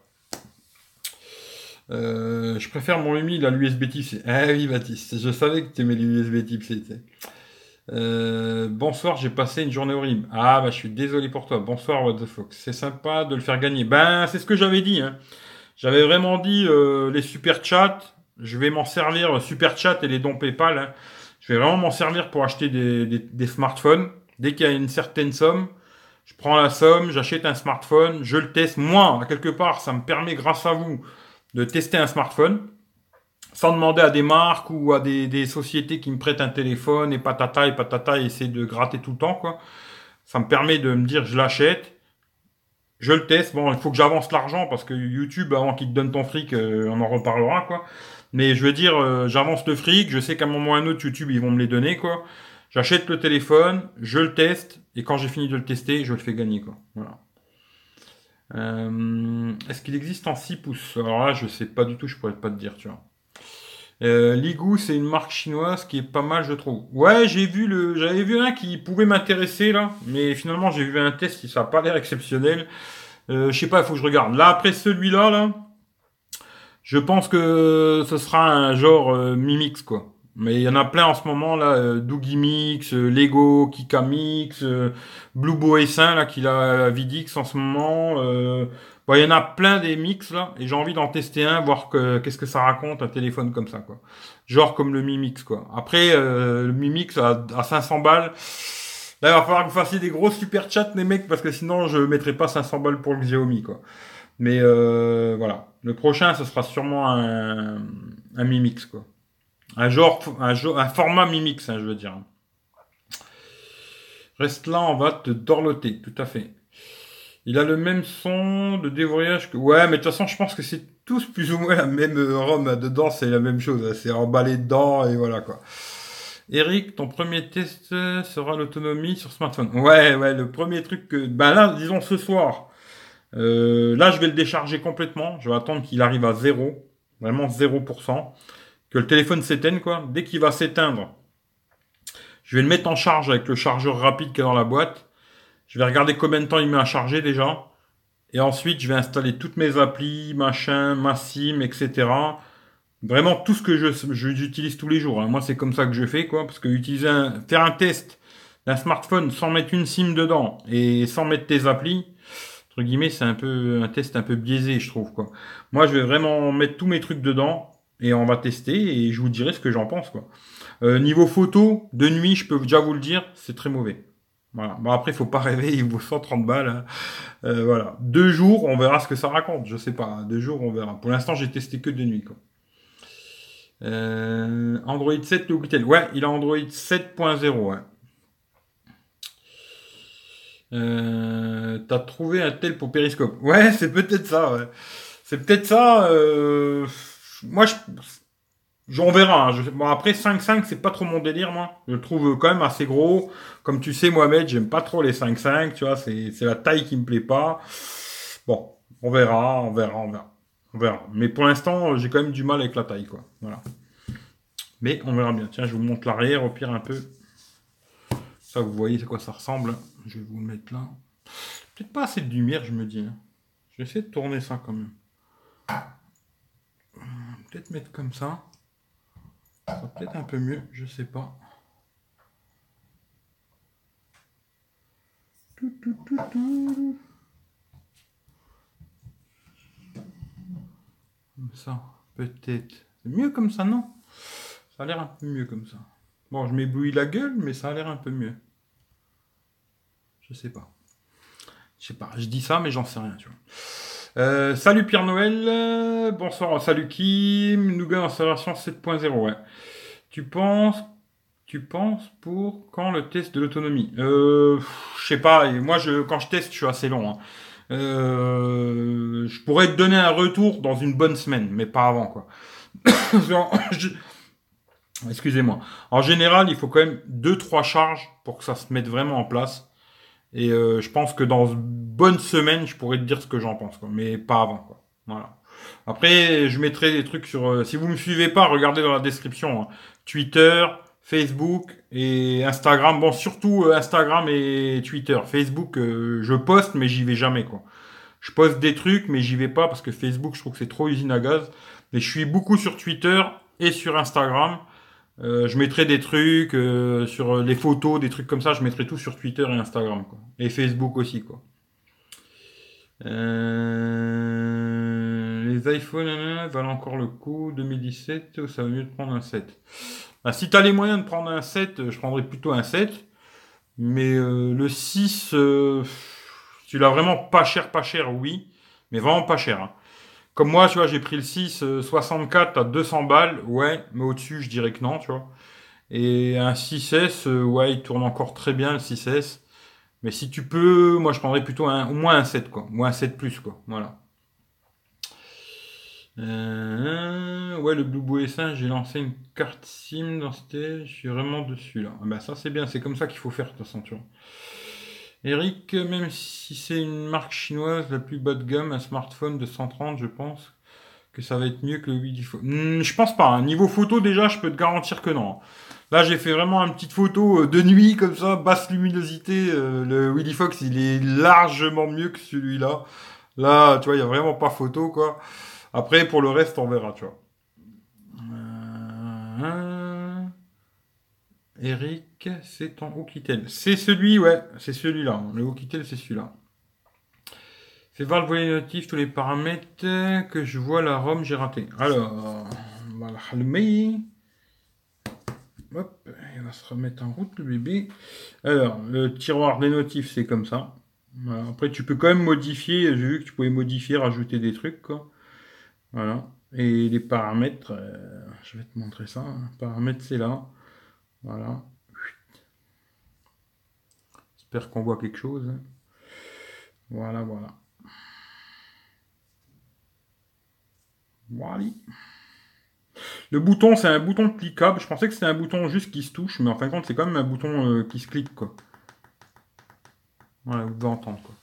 Je préfère mon Lumi à l'USB Type C. Eh oui, Baptiste, je savais que tu aimais l'USB Type C. Tu sais. Bonsoir, j'ai passé une journée horrible. Ah, bah, je suis désolé pour toi. Bonsoir, What the Fox. C'est sympa de le faire gagner. Ben, c'est ce que j'avais dit, hein. J'avais vraiment dit, les super chats, je vais m'en servir, super chat et les dons PayPal, hein. Je vais vraiment m'en servir pour acheter des smartphones. Dès qu'il y a une certaine somme, je prends la somme, j'achète un smartphone, je le teste. Moi, à quelque part, ça me permet, grâce à vous, de tester un smartphone sans demander à des marques ou à des sociétés qui me prêtent un téléphone et patata et essayer de gratter tout le temps, quoi. Ça me permet de me dire, je l'achète, je le teste. Bon, il faut que j'avance l'argent parce que YouTube, avant qu'il te donne ton fric, on en reparlera, quoi. Mais je veux dire, j'avance le fric, je sais qu'à un moment ou à un autre, YouTube, ils vont me les donner, quoi. J'achète le téléphone, je le teste, et quand j'ai fini de le tester, je le fais gagner, quoi. Voilà. Est-ce qu'il existe en 6 pouces? Alors là, je sais pas du tout, je pourrais pas te dire, tu vois. Ligou, c'est une marque chinoise qui est pas mal, je trouve. Ouais, j'avais vu un qui pouvait m'intéresser là, mais finalement j'ai vu un test, ça a pas l'air exceptionnel. Je sais pas, il faut que je regarde. Là, après celui-là, là, je pense que ce sera un genre Mimix, quoi. Mais il y en a plein en ce moment, là, Doogie Mix, Lego, Kika Mix, Bluebo S1, là, qu'il a Vidix en ce moment. Bon, il y en a plein des mix, là, et j'ai envie d'en tester un, voir qu'est-ce que ça raconte, un téléphone comme ça, quoi. Genre comme le Mi Mix, quoi. Après, le Mi Mix à 500 balles, là, il va falloir que vous fassiez des gros super chats, les mecs, parce que sinon, je mettrai pas 500 balles pour le Xiaomi, quoi. Mais voilà. Le prochain, ce sera sûrement un Mi Mix, quoi. Un format Mi Mix, hein, je veux dire. Reste là, on va te dorloter, tout à fait. Il a le même son de dévoyage que... Ouais, mais de toute façon, je pense que c'est tous plus ou moins la même ROM dedans, c'est la même chose, hein. C'est emballé dedans et voilà, quoi. Eric, ton premier test sera l'autonomie sur smartphone. Ouais, le premier truc que... Ben là, disons ce soir. Là, je vais le décharger complètement. Je vais attendre qu'il arrive à zéro. Vraiment 0%. Que le téléphone s'éteigne, quoi. Dès qu'il va s'éteindre, je vais le mettre en charge avec le chargeur rapide qui est dans la boîte. Je vais regarder combien de temps il met à charger déjà. Et ensuite, je vais installer toutes mes applis, machin, ma SIM, etc. Vraiment tout ce que j'utilise tous les jours, hein. Moi, c'est comme ça que je fais, quoi. Parce que faire un test d'un smartphone sans mettre une SIM dedans et sans mettre tes applis, entre guillemets, c'est un peu un test un peu biaisé, je trouve, quoi. Moi, je vais vraiment mettre tous mes trucs dedans et on va tester et je vous dirai ce que j'en pense, quoi. Niveau photo, de nuit, je peux déjà vous le dire, c'est très mauvais. Voilà. Bon, après, il faut pas rêver, il vaut 130 balles, hein. Voilà. 2 jours, on verra ce que ça raconte. Je sais pas. 2 jours, on verra. Pour l'instant, j'ai testé que de nuit, quoi. Android 7, le Outil. Ouais, il a Android 7.0, ouais. T'as trouvé un tel pour Periscope. Ouais, c'est peut-être ça, ouais. C'est peut-être ça. Moi, j'en verra, hein. Bon, après, 5.5, c'est pas trop mon délire, moi. Je le trouve quand même assez gros. Comme tu sais, Mohamed, j'aime pas trop les 5.5, tu vois. C'est la taille qui me plaît pas. Bon, on verra. Mais pour l'instant, j'ai quand même du mal avec la taille, quoi. Voilà. Mais on verra bien. Tiens, je vous montre l'arrière, au pire, un peu. Ça, vous voyez à quoi ça ressemble. Je vais vous le mettre là. Peut-être pas assez de lumière, je me dis, hein. Je vais essayer de tourner ça quand même. Peut-être mettre comme ça. Ça va peut-être un peu mieux, je sais pas. Comme ça, peut-être. C'est mieux comme ça, non? Ça a l'air un peu mieux comme ça. Bon, je m'éblouis la gueule, mais ça a l'air un peu mieux. Je sais pas. Je sais pas. Je dis ça, mais j'en sais rien, tu vois. Salut Pierre Noël, bonsoir, salut Kim, Nougat dans sa version 7.0, ouais. Tu penses, tu penses pour quand le test de l'autonomie? Je sais pas, et moi quand je teste, je suis assez long, hein. Je pourrais te donner un retour dans une bonne semaine, mais pas avant, quoi. Genre, excusez-moi. En général, il faut quand même deux trois charges pour que ça se mette vraiment en place. Et je pense que dans une bonne semaine, je pourrais te dire ce que j'en pense, quoi. Mais pas avant, quoi. Voilà. Après, je mettrai des trucs sur... si vous me suivez pas, regardez dans la description, hein. Twitter, Facebook et Instagram. Bon, surtout Instagram et Twitter. Facebook, je poste, mais j'y vais jamais, quoi. Je poste des trucs, mais j'y vais pas parce que Facebook, je trouve que c'est trop usine à gaz. Mais je suis beaucoup sur Twitter et sur Instagram. Je mettrai des trucs sur les photos, des trucs comme ça. Je mettrai tout sur Twitter et Instagram, quoi. Et Facebook aussi, quoi. Les iPhones valent encore le coup. 2017, ça vaut mieux de prendre un 7. Bah, si t'as les moyens de prendre un 7, je prendrais plutôt un 7. Mais le 6, tu l'as vraiment pas cher, oui. Mais vraiment pas cher, hein. Comme moi, tu vois, j'ai pris le 6, 64 à 200 balles. Ouais, mais au-dessus, je dirais que non, tu vois. Et un 6S, ouais, il tourne encore très bien le 6S. Mais si tu peux, moi je prendrais plutôt au moins un 7, quoi. Au moins un 7 plus, quoi. Voilà. Ouais, le Blue S1, j'ai lancé une carte SIM dans ce je suis vraiment dessus là. Ah bah ça c'est bien, c'est comme ça qu'il faut faire de toute façon, tu vois. Eric, même si c'est une marque chinoise, la plus bas de gamme, un smartphone de 130, je pense que ça va être mieux que le Widiphone. Je pense pas, hein. Niveau photo déjà, je peux te garantir que non. Là, j'ai fait vraiment une petite photo de nuit comme ça, basse luminosité. Le Willy Fox, il est largement mieux que celui-là. Là, tu vois, il y a vraiment pas photo, quoi. Après, pour le reste, on verra, tu vois. Eric, c'est ton Oukitel. C'est celui, ouais, c'est celui-là. Le Oukitel, c'est celui-là. Fais voir le volet notif, tous les paramètres que je vois la ROM, j'ai raté. Alors, on va l'allumer. Hop, il va se remettre en route le bébé. Alors, le tiroir des notifs, c'est comme ça. Voilà. Après, tu peux quand même modifier. J'ai vu que tu pouvais modifier, rajouter des trucs, quoi. Voilà. Et les paramètres, je vais te montrer ça. Paramètres, c'est là. Voilà. J'espère qu'on voit quelque chose. Voilà, voilà. Voilà. Le bouton, c'est un bouton cliquable. Je pensais que c'était un bouton juste qui se touche, mais en fin de compte, c'est quand même un bouton qui se clique, quoi. Voilà, vous devez entendre, quoi.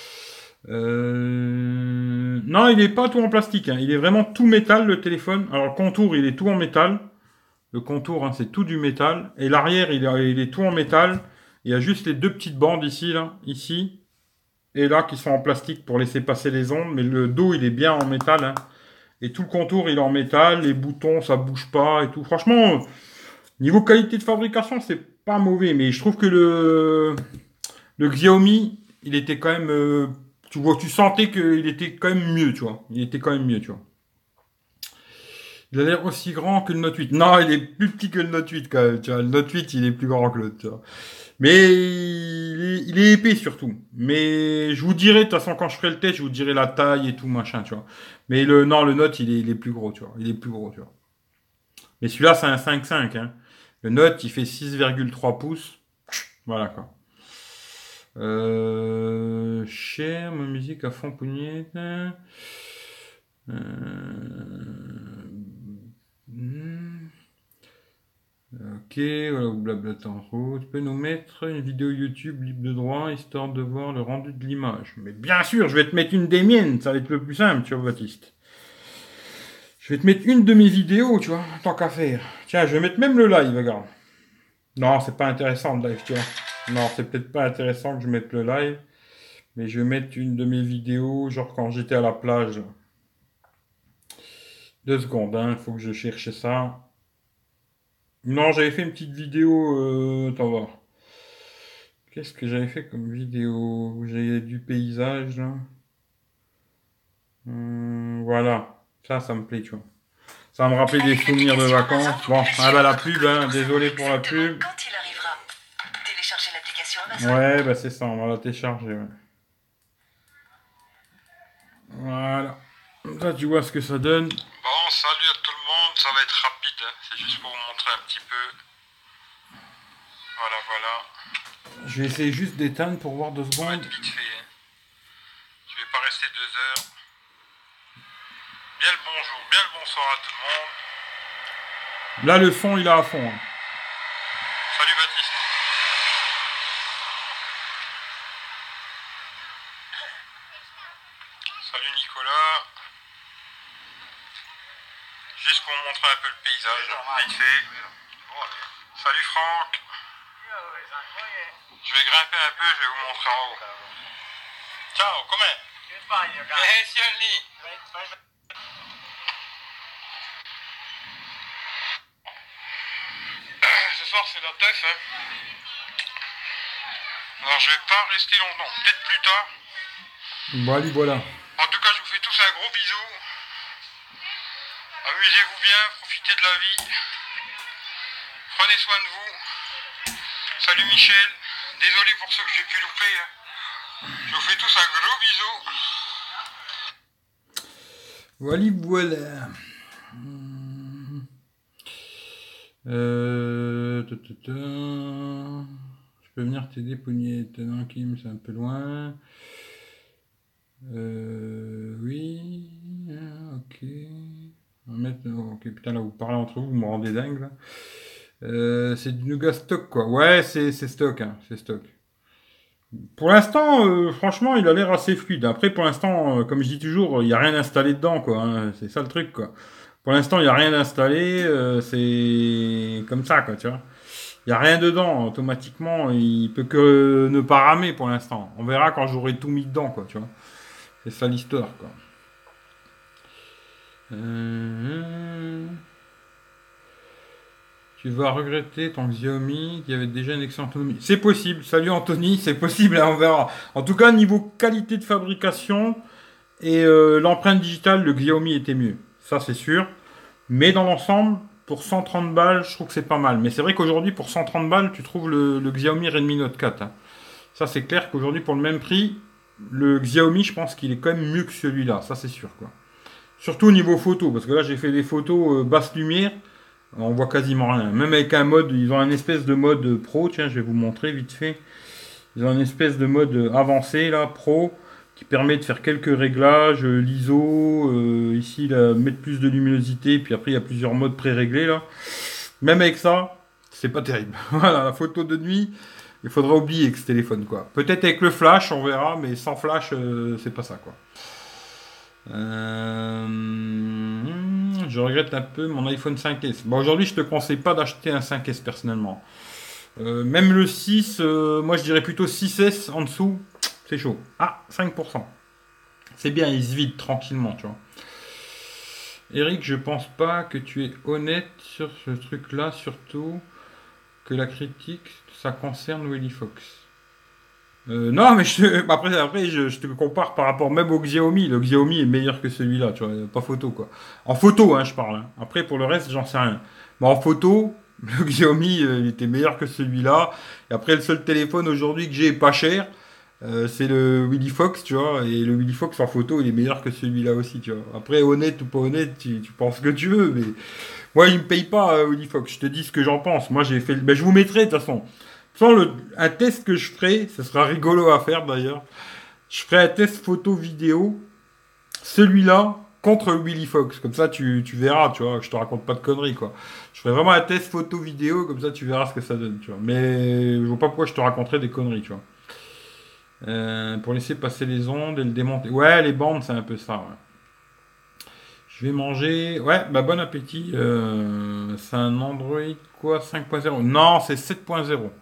Non, il est pas tout en plastique, hein. Il est vraiment tout métal, le téléphone. Alors, le contour, il est tout en métal. Le contour, hein, c'est tout du métal. Et l'arrière, il est tout en métal. Il y a juste les deux petites bandes ici, là, ici, et là, qui sont en plastique pour laisser passer les ondes. Mais le dos, il est bien en métal, hein. Et tout le contour, il est en métal. Les boutons, ça bouge pas et tout. Franchement, niveau qualité de fabrication, c'est pas mauvais. Mais je trouve que le Xiaomi, il était quand même... tu vois, tu sentais qu'il était quand même mieux, tu vois. Il était quand même mieux, tu vois. Il a l'air aussi grand que le Note 8. Non, il est plus petit que le Note 8 quand même. Tu vois, le Note 8, il est plus grand que l'autre, tu vois. Mais il est épais surtout. Mais je vous dirai, de toute façon, quand je ferai le test, je vous dirai la taille et tout, machin, tu vois. Mais non, le Note, il est plus gros, tu vois. Il est plus gros, tu vois. Mais celui-là, c'est un 5.5, hein. Le Note, il fait 6,3 pouces. Voilà, quoi. Cher, ma musique à fond poignée. Hmm. Ok, voilà, blabla en haut. Tu peux nous mettre une vidéo YouTube libre de droit, histoire de voir le rendu de l'image. Mais bien sûr, je vais te mettre une des miennes, ça va être le plus simple, tu vois, Baptiste. Je vais te mettre une de mes vidéos, tu vois, tant qu'à faire. Tiens, je vais mettre même le live, regarde. Non, c'est pas intéressant le live, tu vois. Non, c'est peut-être pas intéressant que je mette le live, mais je vais mettre une de mes vidéos, genre quand j'étais à la plage. 2 secondes, hein, faut que je cherche ça. Non, j'avais fait une petite vidéo, attends voir. Qu'est-ce que j'avais fait comme vidéo? Où j'ai du paysage, là. Voilà. Ça me plaît, tu vois. Ça va me rappeler des souvenirs de vacances. Bon, ah bah la pub, hein. Désolé pour la pub. Quand il arrivera, téléchargez l'application Amazon. Ouais, bah c'est ça, on va la télécharger, ouais. Voilà. Là, tu vois ce que ça donne. Bon, salut à tout le monde, ça va être rapide, hein. C'est juste pour vous montrer un petit peu. Voilà, voilà. Je vais essayer juste d'éteindre pour voir 2 Ça va secondes. être vite fait, hein. Je vais pas rester 2 heures. Bien le bonjour, bien le bonsoir à tout le monde. Là, le son, il est à fond. Hein. Salut Baptiste. Salut Nicolas. Juste pour vous montrer un peu le paysage, vite fait. Salut Franck. Je vais grimper un peu, je vais vous montrer en haut. Ciao, com'è? Signori. Ce soir c'est la teuf, hein. Alors je vais pas rester longtemps, peut-être plus tard. Bon, allez, voilà. En tout cas, je vous fais tous un gros bisou. Amusez-vous bien, profitez de la vie. Prenez soin de vous. Salut Michel. Désolé pour ceux que j'ai pu louper, hein. Je vous fais tous un gros bisou. Voilà, voilà. Je peux venir t'aider, Pougnette. Non, Kim, c'est un peu loin. Oui. Ok. On va mettre. Ok, putain, là, vous parlez entre vous, vous me rendez dingue, là. C'est du nougat stock, quoi. Ouais, c'est stock, hein. C'est stock. Pour l'instant, franchement, il a l'air assez fluide. Après, pour l'instant, comme je dis toujours, il n'y a rien installé dedans, quoi. Hein. C'est ça le truc, quoi. Pour l'instant, il n'y a rien installé. C'est comme ça, quoi, tu vois. Il n'y a rien dedans. Automatiquement, il peut que ne pas ramer pour l'instant. On verra quand j'aurai tout mis dedans, quoi, tu vois. C'est ça l'histoire, quoi. Tu vas regretter ton Xiaomi qui avait déjà une excellente autonomie. C'est possible. Salut Anthony, c'est possible, hein, on verra. En tout cas, niveau qualité de fabrication et l'empreinte digitale, le Xiaomi était mieux. Ça, c'est sûr. Mais dans l'ensemble, pour 130 balles, je trouve que c'est pas mal. Mais c'est vrai qu'aujourd'hui, pour 130 balles, tu trouves le Xiaomi Redmi Note 4. Hein. Ça, c'est clair qu'aujourd'hui, pour le même prix, le Xiaomi, je pense qu'il est quand même mieux que celui-là. Ça, c'est sûr, quoi. Surtout au niveau photo, parce que là, j'ai fait des photos basse lumière. On voit quasiment rien. Même avec un mode, ils ont un espèce de mode pro. Tiens, je vais vous montrer vite fait. Ils ont un espèce de mode avancé, là, pro, qui permet de faire quelques réglages, l'ISO, ici, là, mettre plus de luminosité, puis après, il y a plusieurs modes pré-réglés, là. Même avec ça, c'est pas terrible. Voilà, la photo de nuit, il faudra oublier avec ce téléphone, quoi. Peut-être avec le flash, on verra, mais sans flash, c'est pas ça, quoi. Je regrette un peu mon iPhone 5S. Bon, aujourd'hui, je te conseille pas d'acheter un 5S personnellement. Même le 6, moi je dirais plutôt 6S en dessous, c'est chaud. Ah, 5%. C'est bien, il se vide tranquillement, tu vois. Eric, je pense pas que tu es honnête sur ce truc-là, surtout que la critique, ça concerne Willy Fox. Non, mais après je te compare par rapport même au Xiaomi. Le Xiaomi est meilleur que celui-là, tu vois, pas photo quoi. En photo, hein, je parle. Hein. Après, pour le reste, j'en sais rien. Mais en photo, le Xiaomi, il était meilleur que celui-là. Et après, le seul téléphone aujourd'hui que j'ai pas cher, c'est le Willy Fox, tu vois. Et le Willy Fox en photo, il est meilleur que celui-là aussi, tu vois. Après, honnête ou pas honnête, tu penses ce que tu veux, mais moi, il me paye pas, Willy Fox. Je te dis ce que j'en pense. Moi, j'ai fait. Ben, je vous mettrai de toute façon. Un test que je ferai, ce sera rigolo à faire d'ailleurs. Je ferai un test photo vidéo, celui-là contre Willy Fox. Comme ça, tu verras, tu vois, je te raconte pas de conneries, quoi. Je ferai vraiment un test photo vidéo, comme ça, tu verras ce que ça donne, tu vois. Mais je vois pas pourquoi je te raconterai des conneries, tu vois. Pour laisser passer les ondes et le démonter. Ouais, les bandes, c'est un peu ça, ouais. Je vais manger. Ouais, bah bon appétit. C'est un Android quoi 5.0. Non, c'est 7.0.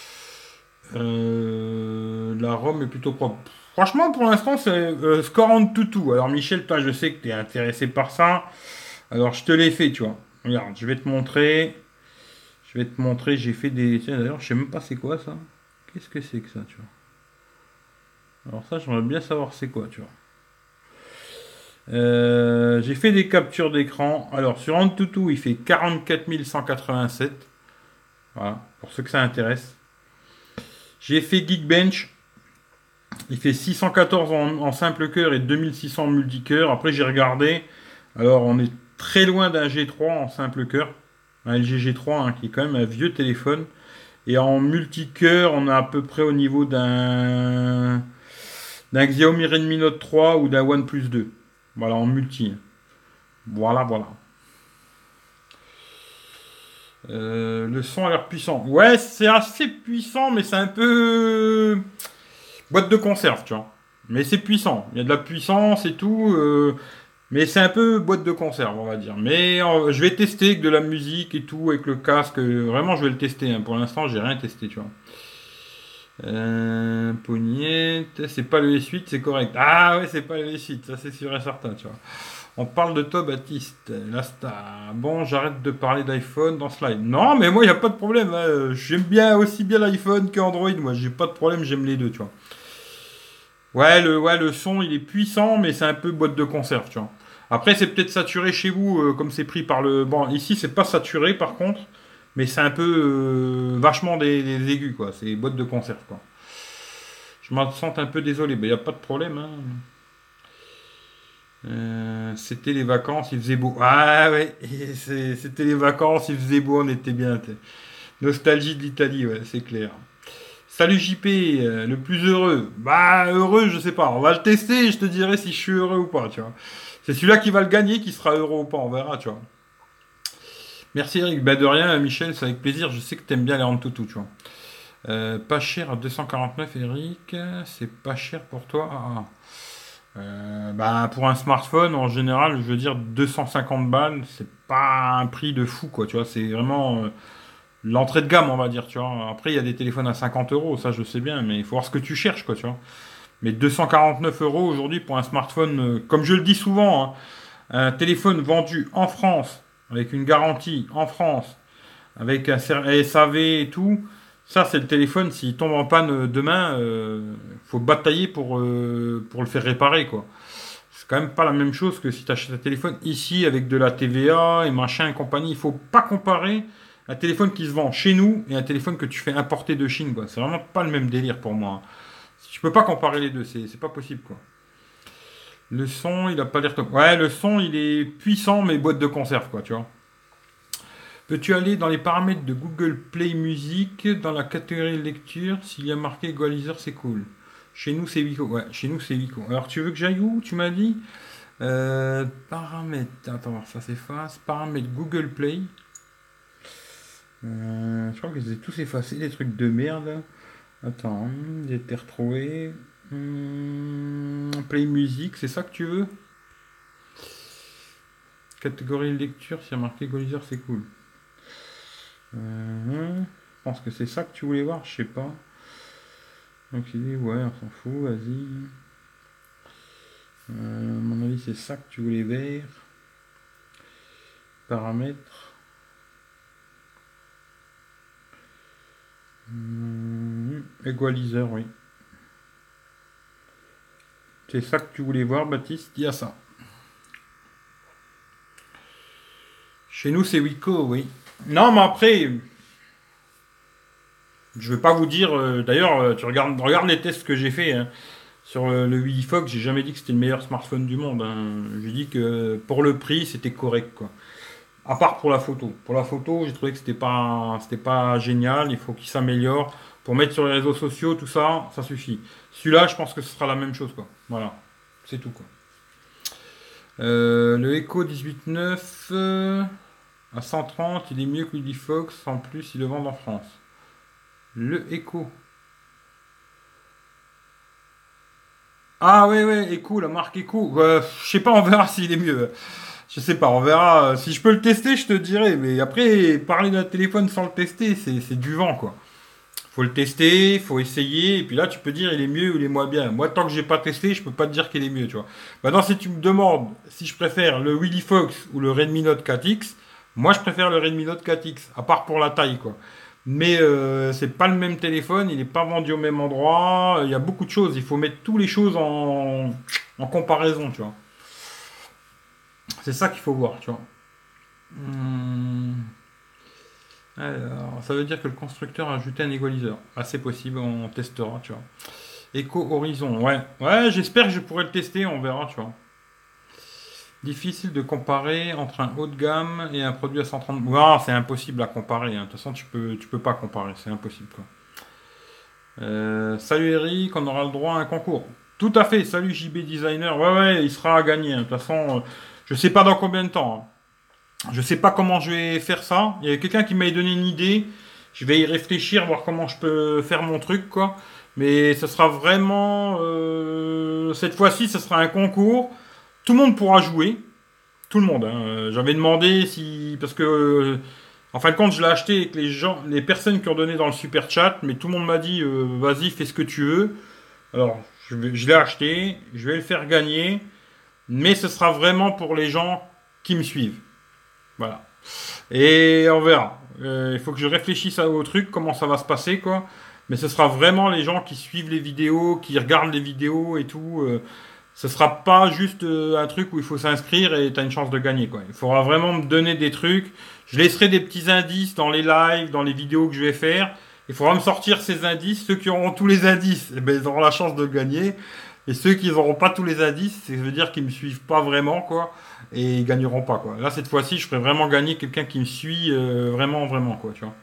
La ROM est plutôt propre. Franchement, pour l'instant, c'est score on tout. Alors, Michel, toi, je sais que tu es intéressé par ça. Alors, je te l'ai fait, tu vois. Regarde, je vais te montrer. J'ai fait des. Tiens, d'ailleurs, je sais même pas c'est quoi ça. Qu'est-ce que c'est que ça, tu vois. Alors, ça, j'aimerais bien savoir c'est quoi, tu vois. J'ai fait des captures d'écran. Alors, sur AnTuTu, il fait 44 187. Voilà, pour ceux que ça intéresse. J'ai fait Geekbench. Il fait 614 en simple cœur et 2600 en multicœur. Après, j'ai regardé. Alors, on est très loin d'un G3 en simple cœur. Un LG G3, hein, qui est quand même un vieux téléphone. Et en multicœur, on est à peu près au niveau d'un Xiaomi Redmi Note 3 ou d'un OnePlus 2. Voilà, en multi. Voilà, voilà. Le son a l'air puissant. Ouais, c'est assez puissant, mais c'est un peu boîte de conserve, tu vois. Mais c'est puissant. Il y a de la puissance et tout. Mais c'est un peu boîte de conserve, on va dire. Mais je vais tester avec de la musique et tout, avec le casque. Vraiment, je vais le tester, hein. Pour l'instant, j'ai rien testé, tu vois. Poignette, c'est pas le S8, c'est correct. Ah ouais, c'est pas le S8, ça c'est sûr et certain, tu vois. On parle de toi, Baptiste. Là, bon, j'arrête de parler d'iPhone dans ce live. Non, mais moi, il n'y a pas de problème, hein. J'aime bien aussi bien l'iPhone qu'Android. Moi, j'ai pas de problème, j'aime les deux, tu vois. Ouais, le son, il est puissant, mais c'est un peu boîte de conserve, tu vois. Après, c'est peut-être saturé chez vous, comme c'est pris par le... Bon, ici, c'est pas saturé, par contre, mais c'est un peu vachement des aigus, quoi. C'est boîte de conserve, quoi. Je m'en sens un peu désolé, mais il n'y a pas de problème, hein. C'était les vacances, il faisait beau. Ah ouais, c'était les vacances, il faisait beau, on était bien. Nostalgie de l'Italie, ouais, c'est clair. Salut JP, le plus heureux. Bah, heureux, je sais pas. On va le tester et je te dirai si je suis heureux ou pas, tu vois. C'est celui-là qui va le gagner qui sera heureux ou pas, on verra, tu vois. Merci Eric. Bah, de rien, Michel, c'est avec plaisir. Je sais que t'aimes bien les rendre toutou, tu vois. Pas cher à 249, Eric. C'est pas cher pour toi. Bah, pour un smartphone, en général, je veux dire 250 balles, c'est pas un prix de fou, quoi, tu vois. C'est vraiment l'entrée de gamme, on va dire, tu vois. Après, il y a des téléphones à 50 euros, ça je sais bien, mais il faut voir ce que tu cherches, quoi, tu vois. Mais 249 euros aujourd'hui pour un smartphone, comme je le dis souvent, hein, un téléphone vendu en France, avec une garantie en France, avec un SAV et tout, ça c'est le téléphone, s'il tombe en panne demain, faut batailler pour le faire réparer, quoi. C'est quand même pas la même chose que si tu achètes un téléphone ici avec de la TVA et machin et compagnie. Il faut pas comparer un téléphone qui se vend chez nous et un téléphone que tu fais importer de Chine, quoi. C'est vraiment pas le même délire pour moi. Tu peux pas comparer les deux, c'est pas possible, quoi. Le son, il a pas l'air top. Ouais, le son, il est puissant, mais boîte de conserve, quoi, tu vois. Peux-tu aller dans les paramètres de Google Play Music, dans la catégorie lecture, s'il y a marqué Equalizer, c'est cool. Chez nous, c'est Wico. Ouais, chez nous, c'est Wico. Alors, tu veux que j'aille où, tu m'as dit paramètres. Attends, ça s'efface. Paramètres Google Play. Je crois que je les ai tous effacés, les trucs de merde. Attends, j'ai été retrouvé. Play Music, c'est ça que tu veux? Catégorie lecture, s'il y a marqué Equalizer, c'est cool. Je pense que c'est ça que tu voulais voir, je sais pas. Donc il dit ouais, on s'en fout, vas-y. À mon avis, c'est ça que tu voulais voir. Paramètres. Equalizer, oui. C'est ça que tu voulais voir, Baptiste? Il y a ça. Chez nous, c'est Wico, oui. Non, mais après, je vais pas vous dire. D'ailleurs, tu regarde les tests que j'ai fait, hein. Sur le Willy Fox, j'ai jamais dit que c'était le meilleur smartphone du monde, hein. J'ai dit que pour le prix, c'était correct, quoi. À part pour la photo. Pour la photo, j'ai trouvé que c'était pas génial. Il faut qu'il s'améliore. Pour mettre sur les réseaux sociaux, tout ça, ça suffit. Celui-là, je pense que ce sera la même chose, quoi. Voilà. C'est tout, quoi. Le Echo 18.9 à 130, il est mieux que Willy Fox. En plus, ils le vendent en France. Le Echo. Ah ouais, Echo, la marque Echo. Je sais pas, on verra s'il est mieux. Je sais pas, on verra. Si je peux le tester, je te dirai. Mais après, parler d'un téléphone sans le tester, c'est du vent, quoi. Faut le tester, faut essayer, et puis là, tu peux dire il est mieux ou il est moins bien. Moi, tant que j'ai pas testé, je peux pas te dire qu'il est mieux, tu vois. Maintenant, si tu me demandes si je préfère le Willy Fox ou le Redmi Note 4X, moi, je préfère le Redmi Note 4X, à part pour la taille, quoi. Mais c'est pas le même téléphone, il n'est pas vendu au même endroit, il y a beaucoup de choses, il faut mettre toutes les choses en comparaison, tu vois. C'est ça qu'il faut voir, tu vois. Alors, ça veut dire que le constructeur a ajouté un égaliseur. Ah, c'est possible, on testera, tu vois. Echo Horizon, ouais. Ouais, j'espère que je pourrai le tester, on verra, tu vois. Difficile de comparer entre un haut de gamme et un produit à 130. Ouais, c'est impossible à comparer, hein. De toute façon, tu peux pas comparer, c'est impossible, quoi. Salut Eric, on aura le droit à un concours. Tout à fait, salut JB Designer. Ouais, ouais, il sera à gagner, hein. De toute façon, je sais pas dans combien de temps, hein. Je sais pas comment je vais faire ça. Il y a quelqu'un qui m'a donné une idée. Je vais y réfléchir, voir comment je peux faire mon truc, quoi. Mais ce sera vraiment... cette fois-ci, ce sera un concours. Tout le monde pourra jouer. Tout le monde, hein. J'avais demandé si... Parce que... en fin de compte, je l'ai acheté avec les personnes qui ont donné dans le super chat. Mais tout le monde m'a dit, vas-y, fais ce que tu veux. Alors, je l'ai acheté. Je vais le faire gagner. Mais ce sera vraiment pour les gens qui me suivent. Voilà. Et on verra. Il faut que je réfléchisse au truc, comment ça va se passer, quoi. Mais ce sera vraiment les gens qui suivent les vidéos, qui regardent les vidéos et tout. Ce sera pas juste un truc où il faut s'inscrire et t'as une chance de gagner, quoi. Il faudra vraiment me donner des trucs. Je laisserai des petits indices dans les lives, dans les vidéos que je vais faire. Il faudra me sortir ces indices. Ceux qui auront tous les indices, eh ben, ils auront la chance de gagner. Et ceux qui n'auront pas tous les indices, ça veut dire qu'ils me suivent pas vraiment, quoi. Et ils gagneront pas, quoi. Là, cette fois-ci, je ferai vraiment gagner quelqu'un qui me suit vraiment, vraiment, quoi, tu vois.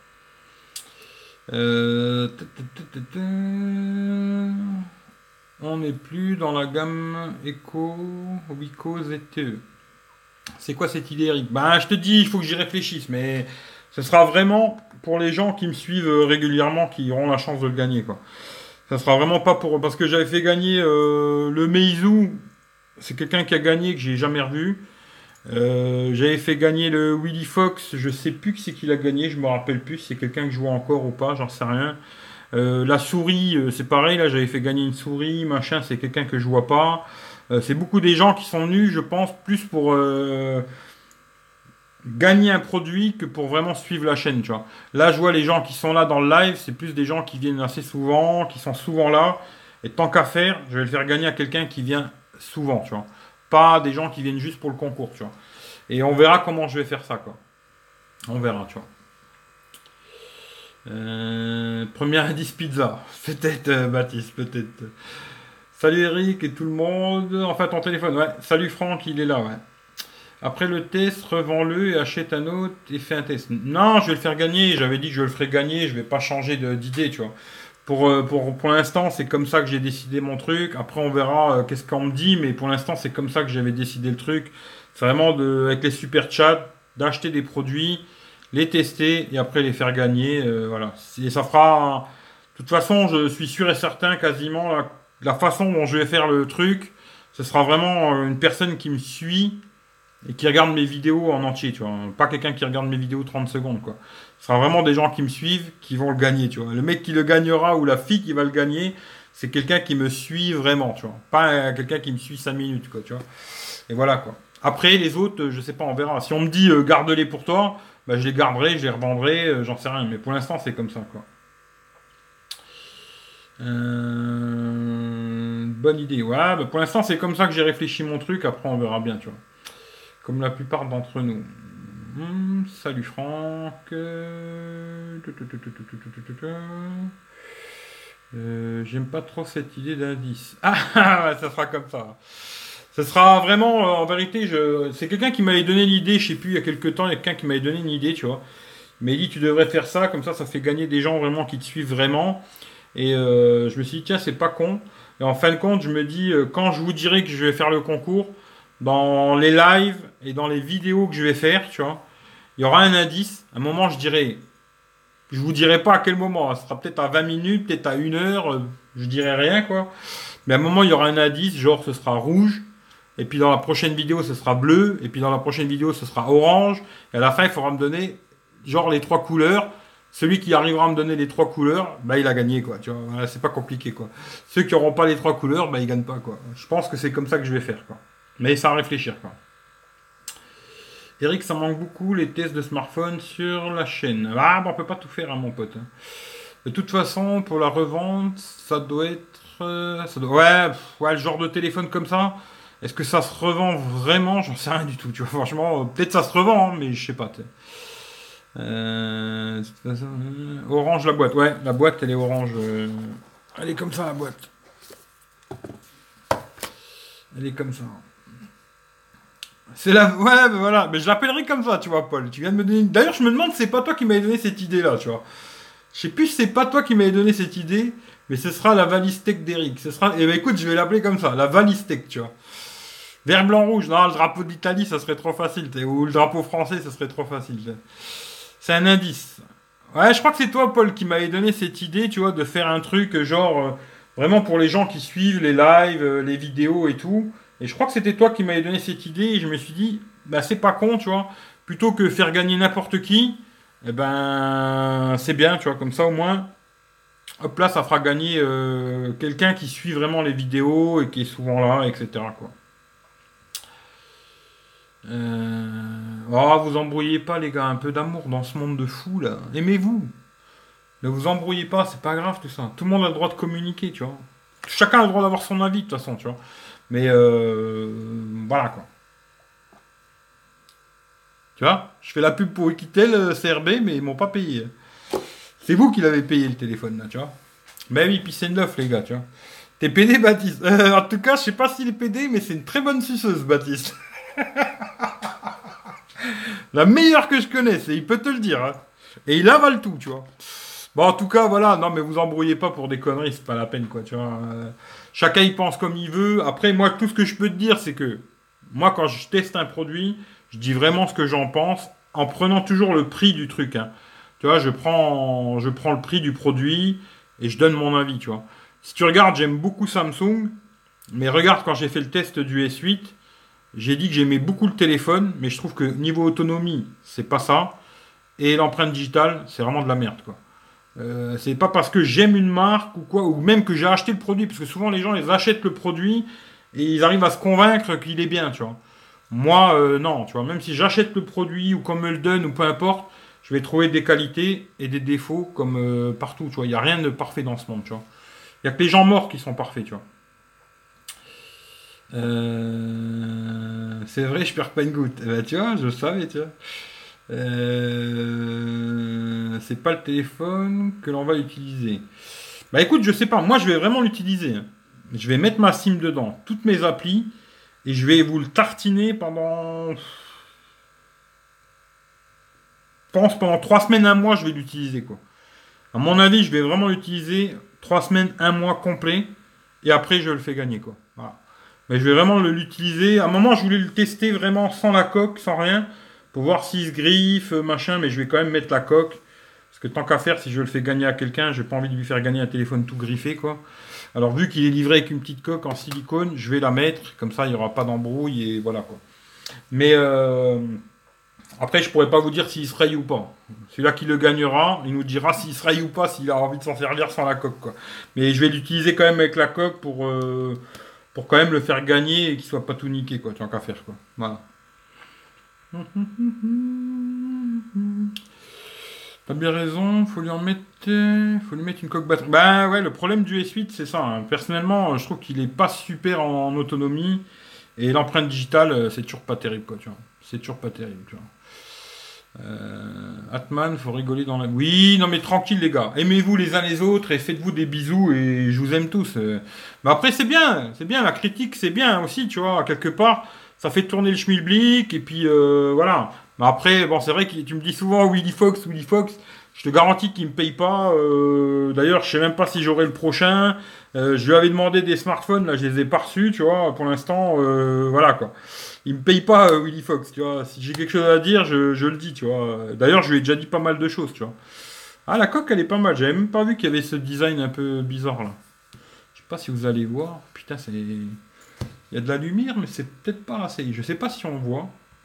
On n'est plus dans la gamme Echo, Wico, ZTE. C'est quoi cette idée, Eric? Ben, je te dis, il faut que j'y réfléchisse, mais ce sera vraiment pour les gens qui me suivent régulièrement qui auront la chance de le gagner, quoi. Ça sera vraiment pas pour... Parce que j'avais fait gagner le Meizu. C'est quelqu'un qui a gagné que j'ai jamais revu. J'avais fait gagner le Willy Fox. Je sais plus qui c'est qui l'a gagné. Je me rappelle plus si c'est quelqu'un que je vois encore ou pas. J'en sais rien. La souris, c'est pareil. Là, j'avais fait gagner une souris. Machin, c'est quelqu'un que je vois pas. C'est beaucoup des gens qui sont venus, je pense, plus pour... gagner un produit que pour vraiment suivre la chaîne, tu vois. Là, je vois les gens qui sont là dans le live, c'est plus des gens qui viennent assez souvent, qui sont souvent là. Et tant qu'à faire, je vais le faire gagner à quelqu'un qui vient souvent, tu vois. Pas des gens qui viennent juste pour le concours, tu vois. Et on verra comment je vais faire ça, quoi. On verra, tu vois. Premier indice pizza. Peut-être, Baptiste, peut-être. Salut Eric et tout le monde. Enfin, ton téléphone, ouais. Salut Franck, il est là, ouais. Après le test, revends-le et achète un autre et fais un test. Non, je vais le faire gagner. J'avais dit que je le ferais gagner. Je vais pas changer d'idée, tu vois. Pour l'instant, c'est comme ça que j'ai décidé mon truc. Après, on verra qu'est-ce qu'on me dit. Mais pour l'instant, c'est comme ça que j'avais décidé le truc. C'est vraiment avec les super chats, d'acheter des produits, les tester et après les faire gagner. Voilà. Et ça fera... De toute façon, je suis sûr et certain, quasiment, la façon dont je vais faire le truc, ce sera vraiment une personne qui me suit et qui regarde mes vidéos en entier, tu vois. Pas quelqu'un qui regarde mes vidéos 30 secondes, quoi. Ce sera vraiment des gens qui me suivent, qui vont le gagner, tu vois. Le mec qui le gagnera ou la fille qui va le gagner, c'est quelqu'un qui me suit vraiment, tu vois. Pas quelqu'un qui me suit 5 minutes, quoi, tu vois. Et voilà, quoi. Après, les autres, je sais pas, on verra. Si on me dit garde-les pour toi, bah, je les garderai, je les revendrai, j'en sais rien. Mais pour l'instant, c'est comme ça, quoi. Bonne idée. Ouais, bah, pour l'instant, c'est comme ça que j'ai réfléchi mon truc. Après, on verra bien, tu vois. Comme la plupart d'entre nous. Salut Franck. J'aime pas trop cette idée d'indice. Ah, ça sera comme ça. Ça sera vraiment, en vérité, c'est quelqu'un qui m'avait donné l'idée, je sais plus, il y a quelques temps, il y a quelqu'un qui m'avait donné une idée, tu vois. Il m'a dit, tu devrais faire ça, comme ça fait gagner des gens vraiment qui te suivent vraiment. Et je me suis dit, tiens, c'est pas con. Et en fin de compte, je me dis, quand je vous dirai que je vais faire le concours, dans les lives et dans les vidéos que je vais faire, tu vois, il y aura un indice. À un moment, je vous dirai pas à quel moment. Ça sera peut-être à 20 minutes, peut-être à 1 heure. Je dirai rien, quoi. Mais à un moment, il y aura un indice, genre ce sera rouge. Et puis dans la prochaine vidéo, ce sera bleu. Et puis dans la prochaine vidéo, ce sera orange. Et à la fin, il faudra me donner, genre, les 3 couleurs. Celui qui arrivera à me donner les 3 couleurs, bah, il a gagné, quoi. Tu vois, voilà, c'est pas compliqué, quoi. Ceux qui n'auront pas les 3 couleurs, bah, ils gagnent pas, quoi. Je pense que c'est comme ça que je vais faire, quoi. Mais ça à réfléchir, quoi. Eric, ça manque beaucoup les tests de smartphone sur la chaîne. Ah, bah, on peut pas tout faire, hein, mon pote. De toute façon, pour la revente, ça doit être... ouais, le genre de téléphone comme ça. Est-ce que ça se revend vraiment? J'en sais rien du tout, tu vois. Franchement, peut-être ça se revend, hein, mais je sais pas. De toute façon, orange la boîte. Ouais, la boîte, elle est orange. Elle est comme ça, la boîte. Elle est comme ça. C'est la... Ouais, mais voilà. Mais je l'appellerai comme ça, tu vois, Paul. Tu viens de me donner... D'ailleurs, je me demande si c'est pas toi qui m'avais donné cette idée-là, tu vois. Je sais plus si c'est pas toi qui m'avais donné cette idée, mais ce sera la valise tech d'Eric. Ce sera... Eh ben écoute, je vais l'appeler comme ça, la valise tech, tu vois. Vert, blanc, rouge. Non, le drapeau d'Italie, ça serait trop facile. Ou le drapeau français, ça serait trop facile. C'est un indice. Ouais, je crois que c'est toi, Paul, qui m'avait donné cette idée, tu vois, de faire un truc genre vraiment pour les gens qui suivent les lives, les vidéos et tout. Et je crois que c'était toi qui m'avais donné cette idée et je me suis dit, bah c'est pas con, tu vois. Plutôt que faire gagner n'importe qui, eh ben c'est bien, tu vois, comme ça au moins. Hop là, ça fera gagner quelqu'un qui suit vraiment les vidéos et qui est souvent là, etc. quoi. Oh, vous embrouillez pas, les gars, un peu d'amour dans ce monde de fous là. Aimez-vous. Ne vous embrouillez pas, c'est pas grave tout ça. Tout le monde a le droit de communiquer, tu vois. Chacun a le droit d'avoir son avis de toute façon, tu vois. Mais voilà quoi. Tu vois, je fais la pub pour Equitel, CRB, mais ils m'ont pas payé. C'est vous qui l'avez payé le téléphone là, tu vois. Ben oui, puis c'est neuf les gars, tu vois. T'es PD, Baptiste. En tout cas, je sais pas s'il est PD, mais c'est une très bonne suceuse, Baptiste. La meilleure que je connaisse, et il peut te le dire. Hein. Et il avale tout, tu vois. Bon, en tout cas, voilà. Non, mais vous embrouillez pas pour des conneries, c'est pas la peine, quoi, tu vois. Chacun y pense comme il veut. Après, moi, tout ce que je peux te dire, c'est que moi, quand je teste un produit, je dis vraiment ce que j'en pense, en prenant toujours le prix du truc. Hein. Tu vois, je prends le prix du produit et je donne mon avis, tu vois. Si tu regardes, j'aime beaucoup Samsung, mais regarde quand j'ai fait le test du S8, j'ai dit que j'aimais beaucoup le téléphone, mais je trouve que niveau autonomie, c'est pas ça. Et l'empreinte digitale, c'est vraiment de la merde, quoi. C'est pas parce que j'aime une marque ou quoi, ou même que j'ai acheté le produit, parce que souvent les gens ils achètent le produit et ils arrivent à se convaincre qu'il est bien, tu vois. Moi, non, tu vois, même si j'achète le produit ou qu'on me le donne ou peu importe, je vais trouver des qualités et des défauts comme partout, tu vois. Il n'y a rien de parfait dans ce monde, tu vois. Il n'y a que les gens morts qui sont parfaits, tu vois. C'est vrai, je perds pas une goutte. Eh ben, tu vois, je savais, tu vois. C'est pas le téléphone que l'on va utiliser. Bah écoute, je sais pas. Moi, je vais vraiment l'utiliser. Hein. Je vais mettre ma SIM dedans, toutes mes applis, et je vais vous le tartiner pendant. Je pense pendant 3 semaines, un mois, je vais l'utiliser quoi. À mon avis, je vais vraiment l'utiliser 3 semaines, un mois complet, et après, je le fais gagner quoi. Voilà. Mais je vais vraiment l'utiliser. À un moment, je voulais le tester vraiment sans la coque, sans rien, pour voir s'il se griffe, machin, mais je vais quand même mettre la coque. Parce que tant qu'à faire, si je le fais gagner à quelqu'un, j'ai pas envie de lui faire gagner un téléphone tout griffé, quoi. Alors, vu qu'il est livré avec une petite coque en silicone, je vais la mettre, comme ça, il n'y aura pas d'embrouille, et voilà, quoi. Mais après, je pourrais pas vous dire s'il se raye ou pas. Celui-là qui le gagnera, il nous dira s'il se raye ou pas, s'il a envie de s'en servir sans la coque, quoi. Mais je vais l'utiliser quand même avec la coque pour quand même le faire gagner et qu'il soit pas tout niqué, quoi, tant qu'à faire, quoi. Voilà. T'as bien raison, faut lui mettre une coque batterie. Bah ouais, le problème du S8, c'est ça. Hein. Personnellement, je trouve qu'il est pas super en autonomie et l'empreinte digitale, c'est toujours pas terrible, quoi, tu vois. C'est toujours pas terrible, tu vois. Atman, faut rigoler dans la. Oui, non mais tranquille les gars. Aimez-vous les uns les autres et faites-vous des bisous et je vous aime tous. Mais après c'est bien, la critique c'est bien aussi, tu vois, quelque part, ça fait tourner le schmilblick et puis voilà. Mais après, bon c'est vrai que tu me dis souvent Willy Fox, je te garantis qu'il me paye pas. D'ailleurs, je sais même pas si j'aurai le prochain. Je lui avais demandé des smartphones, là je les ai pas reçus, tu vois, pour l'instant, voilà quoi. Il me paye pas Willy Fox, tu vois. Si j'ai quelque chose à dire, je le dis, tu vois. D'ailleurs, je lui ai déjà dit pas mal de choses, tu vois. Ah, la coque, elle est pas mal. J'avais même pas vu qu'il y avait ce design un peu bizarre, là. Je sais pas si vous allez voir. Putain, c'est... Il y a de la lumière, mais c'est peut-être pas assez. Je sais pas si on voit.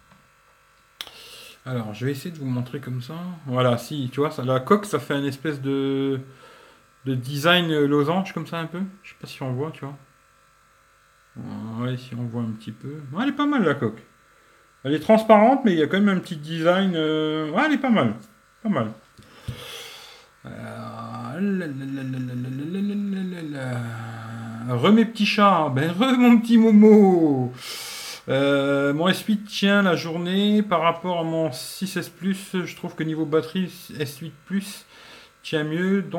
Alors, je vais essayer de vous montrer comme ça. Voilà, si, tu vois, ça, la coque, ça fait une espèce de design losange, comme ça, un peu. Je sais pas si on voit, tu vois. Ouais, si on voit un petit peu. Ouais, elle est pas mal, la coque. Elle est transparente, mais il y a quand même un petit design. Ouais, elle est pas mal. Pas mal. Mes petits chats. Ben, mon petit Momo. Mon S8 tient la journée par rapport à mon 6S Plus. Je trouve que niveau batterie, S8 Plus tient mieux. Donc,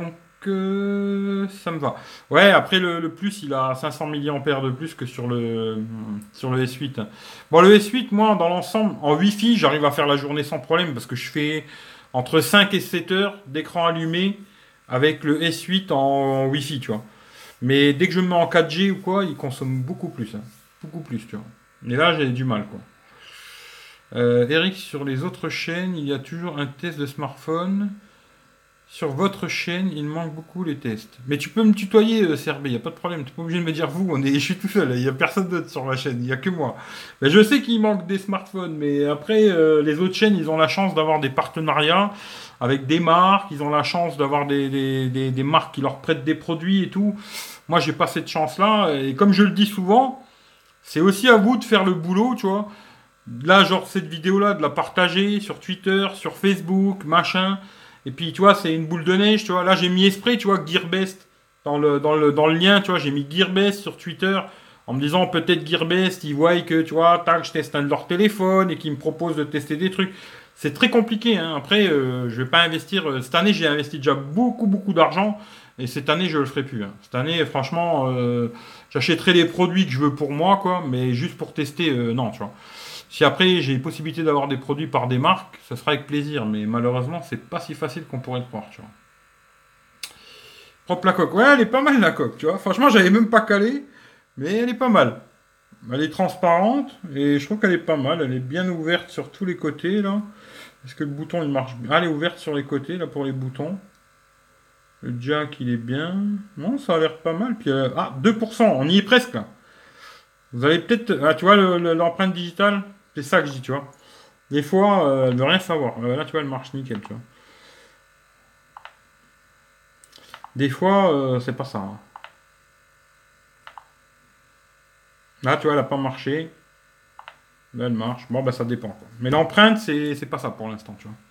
ça me va. Ouais, après le plus, il a 500 mAh de plus que sur le S8. Bon, le S8, moi, dans l'ensemble, en Wi-Fi, j'arrive à faire la journée sans problème parce que je fais entre 5 et 7 heures d'écran allumé avec le S8 en Wi-Fi, tu vois. Mais dès que je me mets en 4G ou quoi, il consomme beaucoup plus. Hein. Beaucoup plus, tu vois. Et là, j'ai du mal, quoi. Eric, sur les autres chaînes, il y a toujours un test de smartphone. Sur votre chaîne, il manque beaucoup les tests. Mais tu peux me tutoyer, CRB, il n'y a pas de problème. Tu n'es pas obligé de me dire vous, je suis tout seul, il n'y a personne d'autre sur ma chaîne, il n'y a que moi. Mais je sais qu'il manque des smartphones, mais après, les autres chaînes, ils ont la chance d'avoir des partenariats avec des marques, ils ont la chance d'avoir des marques qui leur prêtent des produits et tout. Moi, j'ai pas cette chance-là, et comme je le dis souvent, c'est aussi à vous de faire le boulot, tu vois. Là, genre, cette vidéo-là, de la partager sur Twitter, sur Facebook, machin. Et puis, tu vois, c'est une boule de neige, tu vois. Là, j'ai mis esprit, tu vois, Gearbest. Dans le lien, tu vois, j'ai mis Gearbest sur Twitter. En me disant, peut-être Gearbest, ils voient que, tu vois, tac, je teste un de leurs téléphones et qu'ils me proposent de tester des trucs. C'est très compliqué, hein. Après, je vais pas investir. Cette année, j'ai investi déjà beaucoup, beaucoup d'argent. Et cette année, je le ferai plus. Hein. Cette année, franchement, j'achèterai les produits que je veux pour moi, quoi. Mais juste pour tester, non, tu vois. Si après j'ai possibilité d'avoir des produits par des marques, ça sera avec plaisir, mais malheureusement c'est pas si facile qu'on pourrait le croire, tu vois. Propre la coque, ouais, elle est pas mal la coque, tu vois. Franchement, j'avais même pas calé, mais elle est pas mal. Elle est transparente et je trouve qu'elle est pas mal. Elle est bien ouverte sur tous les côtés là. Est-ce que le bouton il marche bien? Ah, elle est ouverte sur les côtés là pour les boutons. Le jack il est bien. Non, ça a l'air pas mal. Puis 2%, on y est presque là. Vous avez peut-être, tu vois l'empreinte digitale. C'est ça que je dis, tu vois. Des fois, elle veut rien savoir. Là, tu vois, elle marche nickel, tu vois. Des fois, c'est pas ça. Hein. Là, tu vois, elle a pas marché. Là, elle marche. Bon, bah, ça dépend. Quoi. Mais l'empreinte, c'est pas ça pour l'instant, tu vois.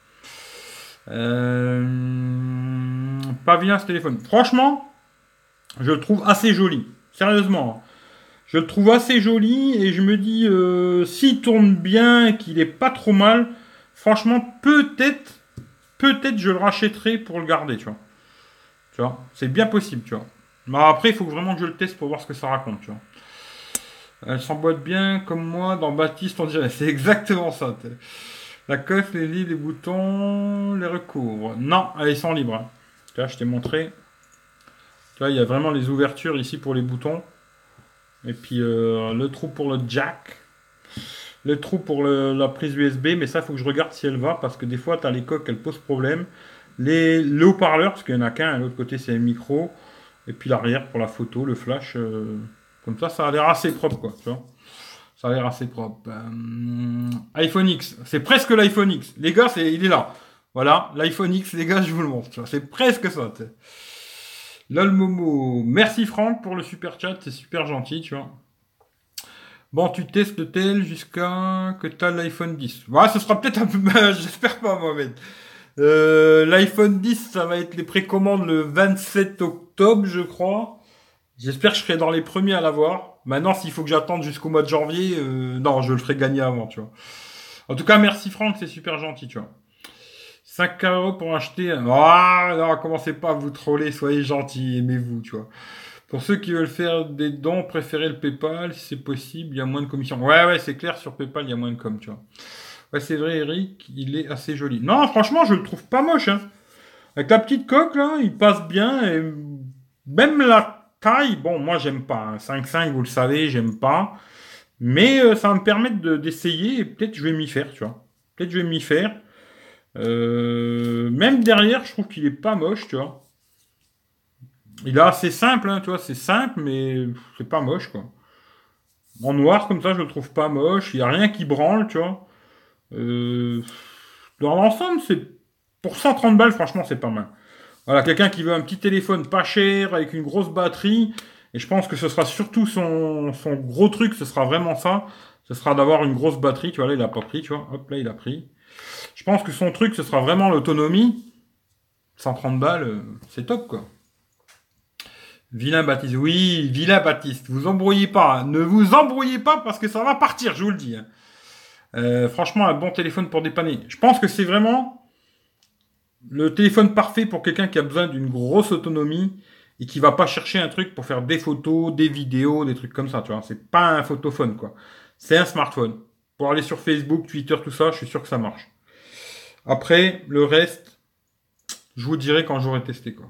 Pas bien ce téléphone. Franchement, je le trouve assez joli. Sérieusement. Hein. Je le trouve assez joli et je me dis, s'il tourne bien et qu'il est pas trop mal, franchement, peut-être je le rachèterai pour le garder, tu vois. Tu vois, c'est bien possible, tu vois. Mais après, il faut vraiment que je le teste pour voir ce que ça raconte, tu vois. Elle s'emboîte bien comme moi dans Baptiste, on dirait. C'est exactement ça. La coque, les lits, les boutons, les recouvre. Non, ils sont libres. Hein. Tu vois, je t'ai montré. Tu vois, il y a vraiment les ouvertures ici pour les boutons. Et puis le trou pour le jack. Le trou pour la prise USB. Mais ça, il faut que je regarde si elle va. Parce que des fois, tu as les coques, elles posent problème. Le haut-parleur, parce qu'il n'y en a qu'un. L'autre côté, c'est un micro. Et puis l'arrière pour la photo, le flash. Comme ça a l'air assez propre, quoi. Tu vois, ça a l'air assez propre. iPhone X. C'est presque l'iPhone X. Les gars, il est là. Voilà, l'iPhone X, les gars, je vous le montre. Tu vois, c'est presque ça. T'sais. Lol Momo, merci Franck pour le super chat, c'est super gentil, tu vois. Bon, tu testes tel jusqu'à que tu as l'iPhone 10. Ouais, ce sera peut-être un peu... J'espère pas, Mohamed. L'iPhone 10, ça va être les précommandes le 27 octobre, je crois. J'espère que je serai dans les premiers à l'avoir. Maintenant, s'il faut que j'attende jusqu'au mois de janvier, non, je le ferai gagner avant, tu vois. En tout cas, merci Franck, c'est super gentil, tu vois. 5 € pour acheter un... Ah, non, commencez pas à vous troller, soyez gentils, aimez-vous, tu vois. Pour ceux qui veulent faire des dons, préférez le PayPal, si c'est possible, il y a moins de commission. Ouais, c'est clair, sur PayPal, il y a moins de com, tu vois. Ouais, c'est vrai, Eric, il est assez joli. Non, franchement, je le trouve pas moche, hein. Avec la petite coque, là, il passe bien, et même la taille, bon, moi, j'aime pas. Hein. 5.5, vous le savez, j'aime pas. Mais ça va me permettre d'essayer, et peut-être je vais m'y faire, tu vois. Peut-être je vais m'y faire. Même derrière, je trouve qu'il est pas moche, tu vois. Il est assez simple, hein, tu vois, c'est simple, mais c'est pas moche, quoi. En noir, comme ça, je le trouve pas moche. Il y a rien qui branle, tu vois. Dans l'ensemble, c'est pour 130 balles, franchement, c'est pas mal. Voilà, quelqu'un qui veut un petit téléphone pas cher, avec une grosse batterie, et je pense que ce sera surtout son gros truc, ce sera vraiment ça. Ce sera d'avoir une grosse batterie, tu vois, là, il a pas pris, tu vois. Hop, là, il a pris. Je pense que son truc, ce sera vraiment l'autonomie. 130 balles, c'est top, quoi. Vilain Baptiste. Oui, vilain Baptiste. Vous embrouillez pas. Ne vous embrouillez pas parce que ça va partir, je vous le dis. Franchement, un bon téléphone pour dépanner. Je pense que c'est vraiment... le téléphone parfait pour quelqu'un qui a besoin d'une grosse autonomie et qui va pas chercher un truc pour faire des photos, des vidéos, des trucs comme ça, tu vois. C'est pas un photophone, quoi. C'est un smartphone. Pour aller sur Facebook, Twitter, tout ça, je suis sûr que ça marche. Après, le reste, je vous dirai quand j'aurai testé, quoi.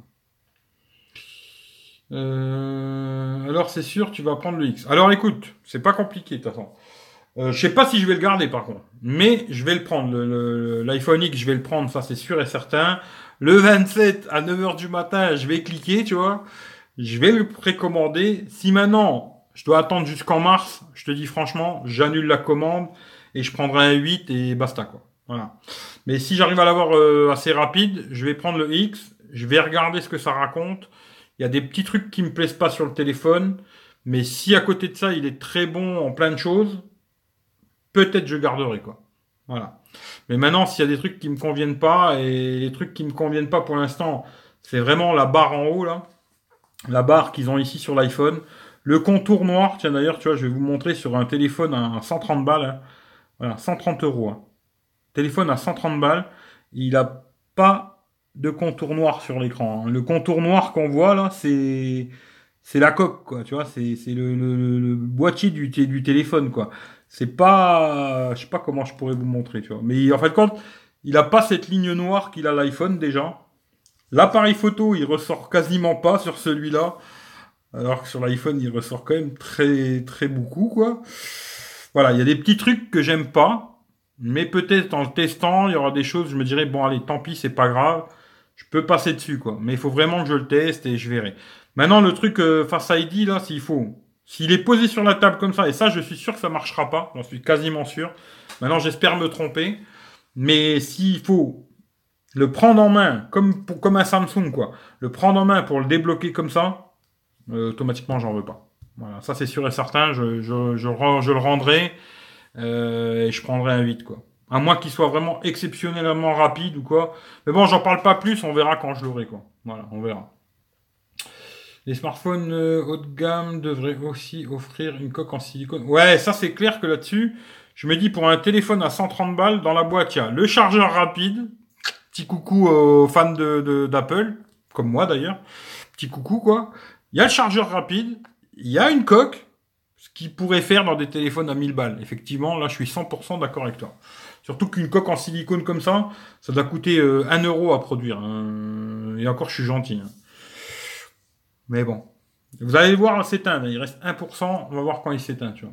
Alors c'est sûr, tu vas prendre le X. Alors écoute, c'est pas compliqué de toute façon. Je sais pas si je vais le garder par contre, mais je vais le prendre. L'iPhone X, je vais le prendre, ça c'est sûr et certain. Le 27 à 9h du matin, je vais cliquer, tu vois. Je vais le précommander. Si maintenant je dois attendre jusqu'en mars, je te dis franchement, j'annule la commande et je prendrai un 8 et basta quoi. Voilà. Mais si j'arrive à l'avoir assez rapide, je vais prendre le X, je vais regarder ce que ça raconte. Il y a des petits trucs qui me plaisent pas sur le téléphone, mais si à côté de ça, il est très bon en plein de choses, peut-être je garderai quoi. Voilà. Mais maintenant, s'il y a des trucs qui me conviennent pas, et les trucs qui me conviennent pas pour l'instant, c'est vraiment la barre en haut là, la barre qu'ils ont ici sur l'iPhone. Le contour noir, tiens d'ailleurs, tu vois, je vais vous montrer sur un téléphone à 130 balles. Hein. Voilà, 130 euros. Hein. Téléphone à 130 balles. Il a pas de contour noir sur l'écran. Hein. Le contour noir qu'on voit là, c'est la coque, quoi. Tu vois, c'est le boîtier du téléphone, quoi. C'est pas, je sais pas comment je pourrais vous montrer, tu vois. Mais en fait, compte, il a pas cette ligne noire qu'il a l'iPhone déjà. L'appareil photo, il ressort quasiment pas sur celui-là. Alors que sur l'iPhone, il ressort quand même très, très beaucoup, quoi. Voilà, il y a des petits trucs que j'aime pas. Mais peut-être en le testant, il y aura des choses, je me dirais, bon, allez, tant pis, c'est pas grave. Je peux passer dessus, quoi. Mais il faut vraiment que je le teste et je verrai. Maintenant, le truc Face ID, là, s'il faut. S'il est posé sur la table comme ça, et ça, je suis sûr que ça marchera pas. J'en suis quasiment sûr. Maintenant, j'espère me tromper. Mais s'il faut le prendre en main, comme un Samsung, quoi. Le prendre en main pour le débloquer comme ça, automatiquement, j'en veux pas. Voilà, ça c'est sûr et certain, je le rendrai et je prendrai un 8, quoi. À moins qu'il soit vraiment exceptionnellement rapide ou quoi. Mais bon, j'en parle pas plus, on verra quand je l'aurai, quoi. Voilà, on verra. Les smartphones haut de gamme devraient aussi offrir une coque en silicone. Ouais, ça c'est clair que là-dessus, je me dis pour un téléphone à 130 balles, dans la boîte, il y a le chargeur rapide. Petit coucou aux fans d'Apple, comme moi d'ailleurs. Petit coucou, quoi. Il y a le chargeur rapide, il y a une coque, ce qu'il pourrait faire dans des téléphones à 1000 balles. Effectivement, là, je suis 100% d'accord avec toi. Surtout qu'une coque en silicone comme ça doit coûter 1 euro à produire. Hein. Et encore, je suis gentil. Hein. Mais bon. Vous allez le voir s'éteindre. Il reste 1%. On va voir quand il s'éteint, tu vois.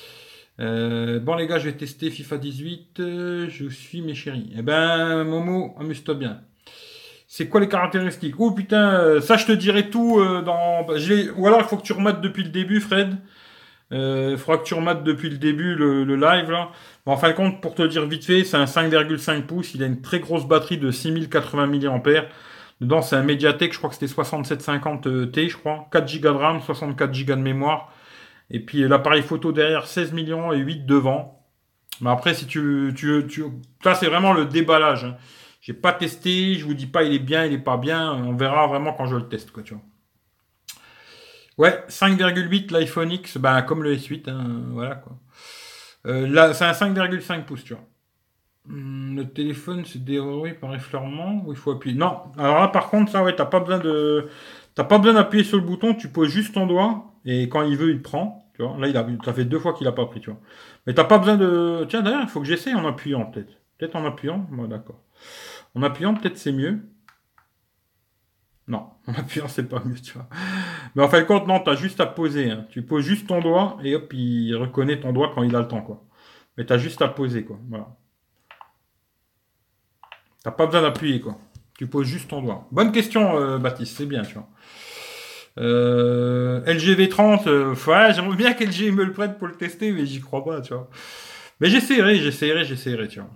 Bon les gars, je vais tester FIFA 18. Je suis mes chéris. Eh ben, Momo, amuse-toi bien. C'est quoi les caractéristiques? Oh putain, ça je te dirai tout ou alors il faut que tu remates depuis le début, Fred. Il faudra que tu remates depuis le début le live là. Bon, en fin de compte, pour te dire vite fait, c'est un 5,5 pouces. Il a une très grosse batterie de 6080 mAh. Dedans, c'est un Mediatek, je crois que c'était 6750 T, je crois. 4 Go de RAM, 64 Go de mémoire. Et puis l'appareil photo derrière, 16 millions et 8 devant. Mais après, si ça c'est vraiment le déballage. Hein. J'ai pas testé, je vous dis pas il est bien, il est pas bien. On verra vraiment quand je le teste, quoi, tu vois. Ouais, 5,8 l'iPhone X, ben comme le S8, hein, voilà quoi. Là, c'est un 5,5 pouces, tu vois. Le téléphone se déverrouille par effleurement ou il faut appuyer. Non, alors là par contre, ça ouais, t'as pas besoin d'appuyer sur le bouton, tu poses juste ton doigt et quand il veut, il prend. Tu vois, là, ça fait 2 fois qu'il a pas pris, tu vois. Mais t'as pas besoin de. Tiens, d'ailleurs, il faut que j'essaie en appuyant, peut-être. Peut-être en appuyant. Bon, d'accord. En appuyant, peut-être c'est mieux. Non, en appuyant, c'est pas mieux, tu vois. Mais en fin de compte, non, t'as juste à poser. Hein. Tu poses juste ton doigt et hop, il reconnaît ton doigt quand il a le temps, quoi. Mais t'as juste à poser, quoi. Voilà. T'as pas besoin d'appuyer, quoi. Tu poses juste ton doigt. Bonne question, Baptiste, c'est bien, tu vois. LG V30, ouais, j'aimerais bien qu'LG me le prête pour le tester, mais j'y crois pas, tu vois. Mais j'essaierai, tu vois.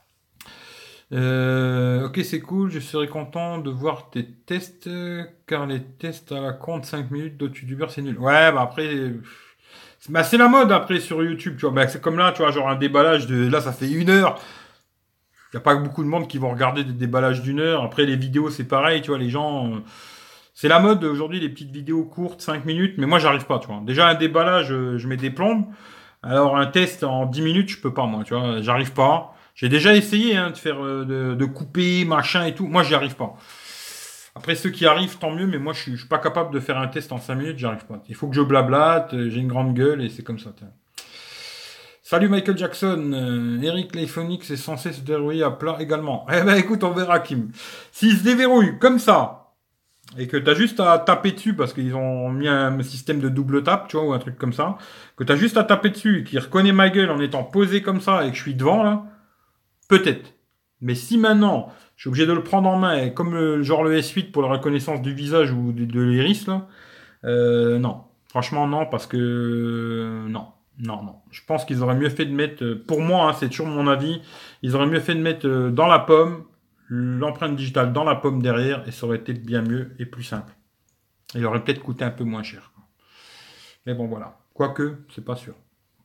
Ok, c'est cool, je serais content de voir tes tests, car les tests à la compte 5 minutes d'autres youtubeurs, c'est nul. Ouais, bah après, c'est la mode après sur YouTube, tu vois. Bah, c'est comme là, tu vois, genre un déballage là, ça fait 1 heure. Il n'y a pas beaucoup de monde qui vont regarder des déballages d'1 heure. Après, les vidéos, c'est pareil, tu vois, les gens... c'est la mode aujourd'hui, les petites vidéos courtes, 5 minutes, mais moi, j'arrive pas, tu vois. Déjà, un déballage, je mets des plombes. Alors, un test en 10 minutes, je peux pas, moi, tu vois, j'arrive pas. J'ai déjà essayé de faire de couper, machin et tout. Moi, j'y arrive pas. Après, ceux qui arrivent, tant mieux, mais moi, je suis pas capable de faire un test en 5 minutes, j'y arrive pas. Il faut que je blablate, j'ai une grande gueule et c'est comme ça. Salut Michael Jackson, Eric l'iPhone X est censé se déverrouiller à plat également. Eh ben écoute, on verra Kim. S'il se déverrouille comme ça, et que t'as juste à taper dessus, parce qu'ils ont mis un système de double tape, tu vois, ou un truc comme ça, que t'as juste à taper dessus, et qu'il reconnaît ma gueule en étant posé comme ça, et que je suis devant, là, peut-être. Mais si maintenant, je suis obligé de le prendre en main, et comme genre le S8 pour la reconnaissance du visage ou de l'iris, là, non. Franchement, non, parce que... non. Non, non. Je pense qu'ils auraient mieux fait de mettre... pour moi, c'est toujours mon avis, ils auraient mieux fait de mettre dans la pomme, l'empreinte digitale dans la pomme derrière, et ça aurait été bien mieux et plus simple. Il aurait peut-être coûté un peu moins cher. Mais bon, voilà. Quoique, c'est pas sûr.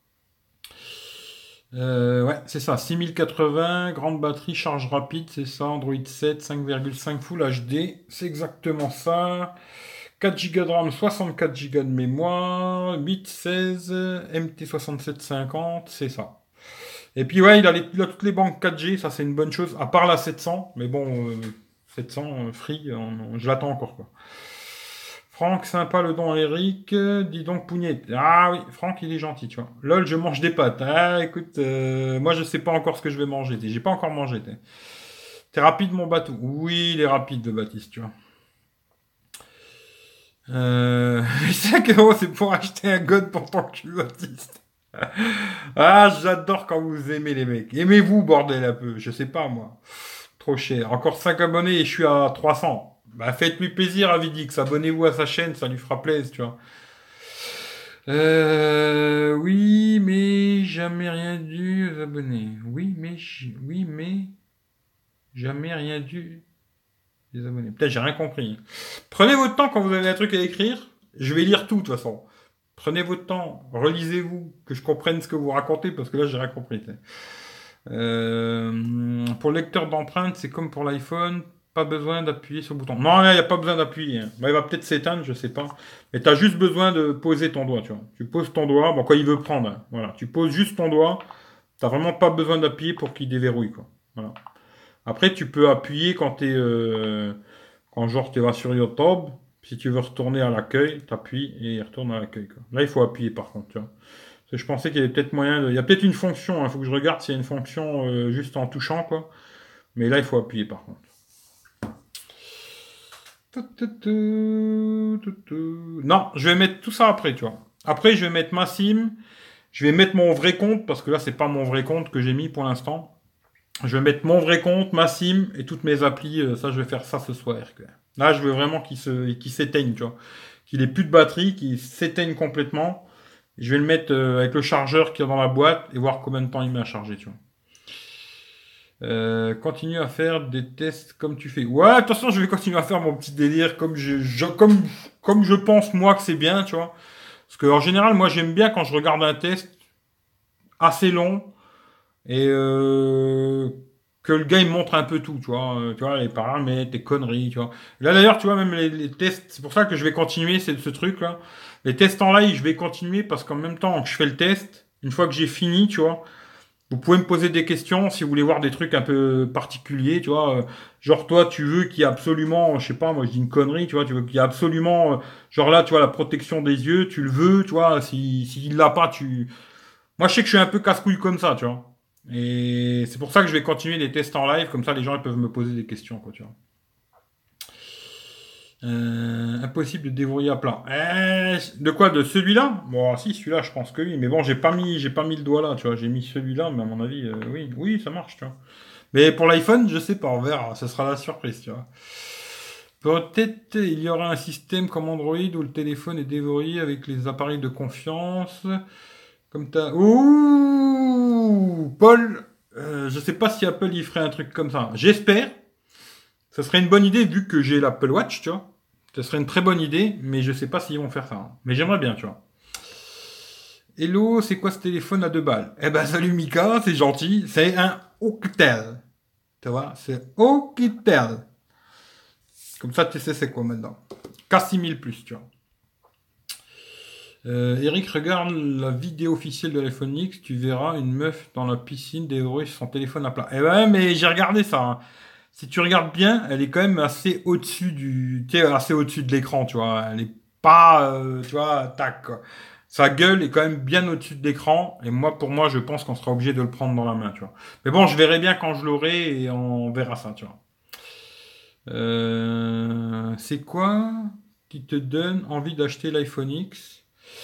Ouais, c'est ça. 6080, grande batterie, charge rapide, c'est ça. Android 7, 5,5 Full HD. C'est exactement ça. 4 Go de RAM, 64 Go de mémoire, 8, 16, MT6750, c'est ça. Et puis ouais, il a toutes les banques 4G, ça c'est une bonne chose, à part la 700, mais bon, 700 free, je l'attends encore quoi. Franck, sympa le don à Eric, dis donc Pougnette. Ah oui, Franck il est gentil, tu vois. Lol, je mange des pâtes. Ah écoute, moi je sais pas encore ce que je vais manger, j'ai pas encore mangé. T'es rapide mon bateau. Oui, il est rapide, Baptiste, tu vois. 5 euros, c'est pour acheter un god pour ton cul, Baptiste. Ah, j'adore quand vous aimez les mecs. Aimez-vous, bordel, un peu. Je sais pas, moi. Trop cher. Encore 5 abonnés et je suis à 300. Bah, faites-lui plaisir à Vidix. Abonnez-vous à sa chaîne, ça lui fera plaisir, tu vois. Oui, mais jamais rien dû aux abonnés. Oui, mais jamais rien dû les abonnés. Peut-être j'ai rien compris. Prenez votre temps quand vous avez un truc à écrire. Je vais lire tout de toute façon. Prenez votre temps, relisez-vous, que je comprenne ce que vous racontez, parce que là j'ai rien compris. Pour le lecteur d'empreintes, c'est comme pour l'iPhone, pas besoin d'appuyer sur le bouton. Non, il n'y a pas besoin d'appuyer. Bah, il va peut-être s'éteindre, je sais pas. Mais tu as juste besoin de poser ton doigt, tu vois. Tu poses ton doigt, bon, quoi il veut prendre. Voilà, tu poses juste ton doigt. T'as vraiment pas besoin d'appuyer pour qu'il déverrouille, quoi. Voilà. Après, tu peux appuyer quand genre tu vas sur YouTube. Si tu veux retourner à l'accueil, t'appuies et il retourne à l'accueil, quoi. Là, il faut appuyer par contre, tu vois. Parce que je pensais qu'il y avait peut-être moyen de... Il y a peut-être une fonction, il faut que je regarde s'il y a une fonction juste en touchant, quoi. Mais là, il faut appuyer par contre. Non, je vais mettre tout ça après, tu vois. Après, je vais mettre ma SIM. Je vais mettre mon vrai compte, parce que là, c'est pas mon vrai compte que j'ai mis pour l'instant. Je vais mettre mon vrai compte, ma SIM et toutes mes applis. Ça, je vais faire ça ce soir. Là, je veux vraiment qu'il s'éteigne, tu vois. Qu'il ait plus de batterie, qu'il s'éteigne complètement. Je vais le mettre avec le chargeur qui est dans la boîte et voir combien de temps il met à charger, tu vois. Continue à faire des tests comme tu fais. Ouais, attention, je vais continuer à faire mon petit délire comme comme je pense moi que c'est bien, tu vois. Parce que en général, moi, j'aime bien quand je regarde un test assez long et que le gars il me montre un peu tout, tu vois les paramètres, les conneries, tu vois. Là d'ailleurs, tu vois même les tests, c'est pour ça que je vais continuer ce truc là. Les tests en live, je vais continuer parce qu'en même temps que je fais le test, une fois que j'ai fini, tu vois, vous pouvez me poser des questions si vous voulez voir des trucs un peu particuliers, tu vois. Genre toi, tu veux qu'il y ait absolument, je sais pas, moi je dis une connerie, tu vois, tu veux qu'il y ait absolument, genre là, tu vois, la protection des yeux, tu le veux, tu vois. S'il l'a pas, moi, je sais que je suis un peu casse-couille comme ça, tu vois. Et c'est pour ça que je vais continuer les tests en live, comme ça les gens ils peuvent me poser des questions, quoi, tu vois. Impossible de déverrouiller à plat. De quoi? De celui-là? Bon, si, celui-là, je pense que oui. Mais bon, j'ai pas mis le doigt là, tu vois. J'ai mis celui-là, mais à mon avis, oui, oui, ça marche, tu vois. Mais pour l'iPhone, je sais pas, on verra. Ce sera la surprise, tu vois. Peut-être il y aura un système comme Android où le téléphone est déverrouillé avec les appareils de confiance. Comme t'as... Ouh, Paul, je sais pas si Apple y ferait un truc comme ça. J'espère. Ça serait une bonne idée vu que j'ai l'Apple Watch, tu vois. Ça serait une très bonne idée, mais je sais pas s'ils vont faire ça. Hein. Mais j'aimerais bien, tu vois. Hello, c'est quoi ce téléphone à 2 balles? Eh ben, salut Mika, c'est gentil. C'est un Oukitel. Tu vois, c'est Oukitel. Comme ça, tu sais c'est quoi maintenant. K6000+, tu vois. Eric, regarde la vidéo officielle de l'iPhone X, tu verras une meuf dans la piscine déverrouiller son téléphone à plat. Eh ouais, mais j'ai regardé ça, hein. Si tu regardes bien, elle est quand même assez au-dessus tu sais, assez au-dessus de l'écran, tu vois. Elle est pas, tu vois, tac, quoi. Sa gueule est quand même bien au-dessus de l'écran. Et moi, pour moi, je pense qu'on sera obligé de le prendre dans la main, tu vois. Mais bon, je verrai bien quand je l'aurai et on verra ça, tu vois. C'est quoi qui te donne envie d'acheter l'iPhone X?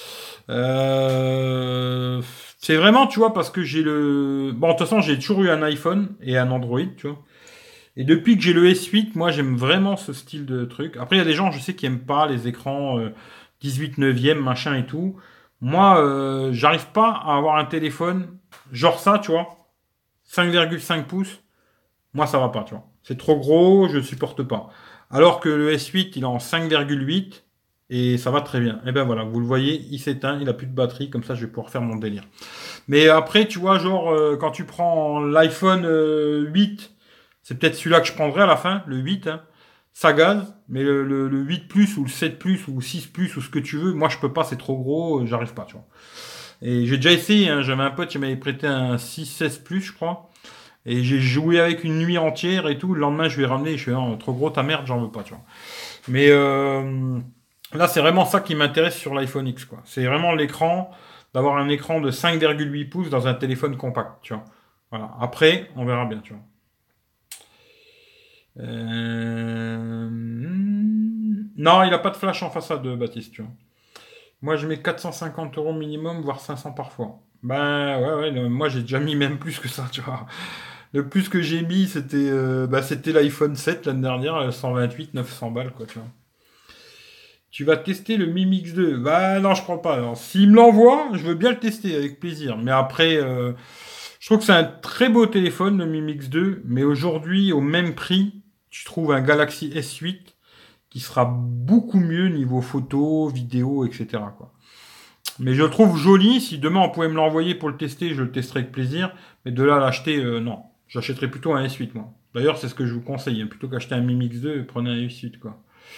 Euh, c'est vraiment, tu vois, parce que j'ai le... Bon, de toute façon, j'ai toujours eu un iPhone et un Android, tu vois. Et depuis que j'ai le S8, moi, j'aime vraiment ce style de truc. Après, il y a des gens, je sais, qui aiment pas les écrans 18 neuvième, machin et tout. Moi, j'arrive pas à avoir un téléphone genre ça, tu vois. 5,5 pouces. Moi, ça va pas, tu vois. C'est trop gros, je supporte pas. Alors que le S8, il est en 5,8 et ça va très bien. Et ben voilà, vous le voyez, il s'éteint, il a plus de batterie, comme ça je vais pouvoir faire mon délire. Mais après, tu vois, genre, quand tu prends l'iPhone 8, c'est peut-être celui-là que je prendrai à la fin, le 8, hein, ça gaz, mais le 8 Plus ou le 7 Plus ou 6 Plus ou ce que tu veux, moi je peux pas, c'est trop gros, j'arrive pas, tu vois. Et j'ai déjà essayé, hein, j'avais un pote qui m'avait prêté un 6S Plus, je crois. Et j'ai joué avec une nuit entière et tout. Le lendemain, je lui ai ramené. Je fais, non, trop gros, ta merde, j'en veux pas, tu vois. Mais là, c'est vraiment ça qui m'intéresse sur l'iPhone X, quoi. C'est vraiment l'écran, d'avoir un écran de 5,8 pouces dans un téléphone compact, tu vois. Voilà. Après, on verra bien, tu vois. Non, il a pas de flash en façade, Baptiste, tu vois. Moi, je mets 450 euros minimum, voire 500 parfois. Ben, ouais, moi, j'ai déjà mis même plus que ça, tu vois. Le plus que j'ai mis, c'était l'iPhone 7 l'année dernière, 128, 900 balles, quoi, tu vois. Tu vas tester le Mi Mix 2. Bah non, je prends pas. Alors, s'il me l'envoie, je veux bien le tester avec plaisir. Mais après, je trouve que c'est un très beau téléphone, le Mi Mix 2. Mais aujourd'hui, au même prix, tu trouves un Galaxy S8 qui sera beaucoup mieux niveau photo, vidéo, etc., quoi. Mais je le trouve joli. Si demain on pouvait me l'envoyer pour le tester, je le testerai avec plaisir. Mais de là à l'acheter, non. J'achèterais plutôt un S8, moi. D'ailleurs, c'est ce que je vous conseille, hein. Plutôt qu'acheter un Mi Mix 2, prenez un S8, quoi.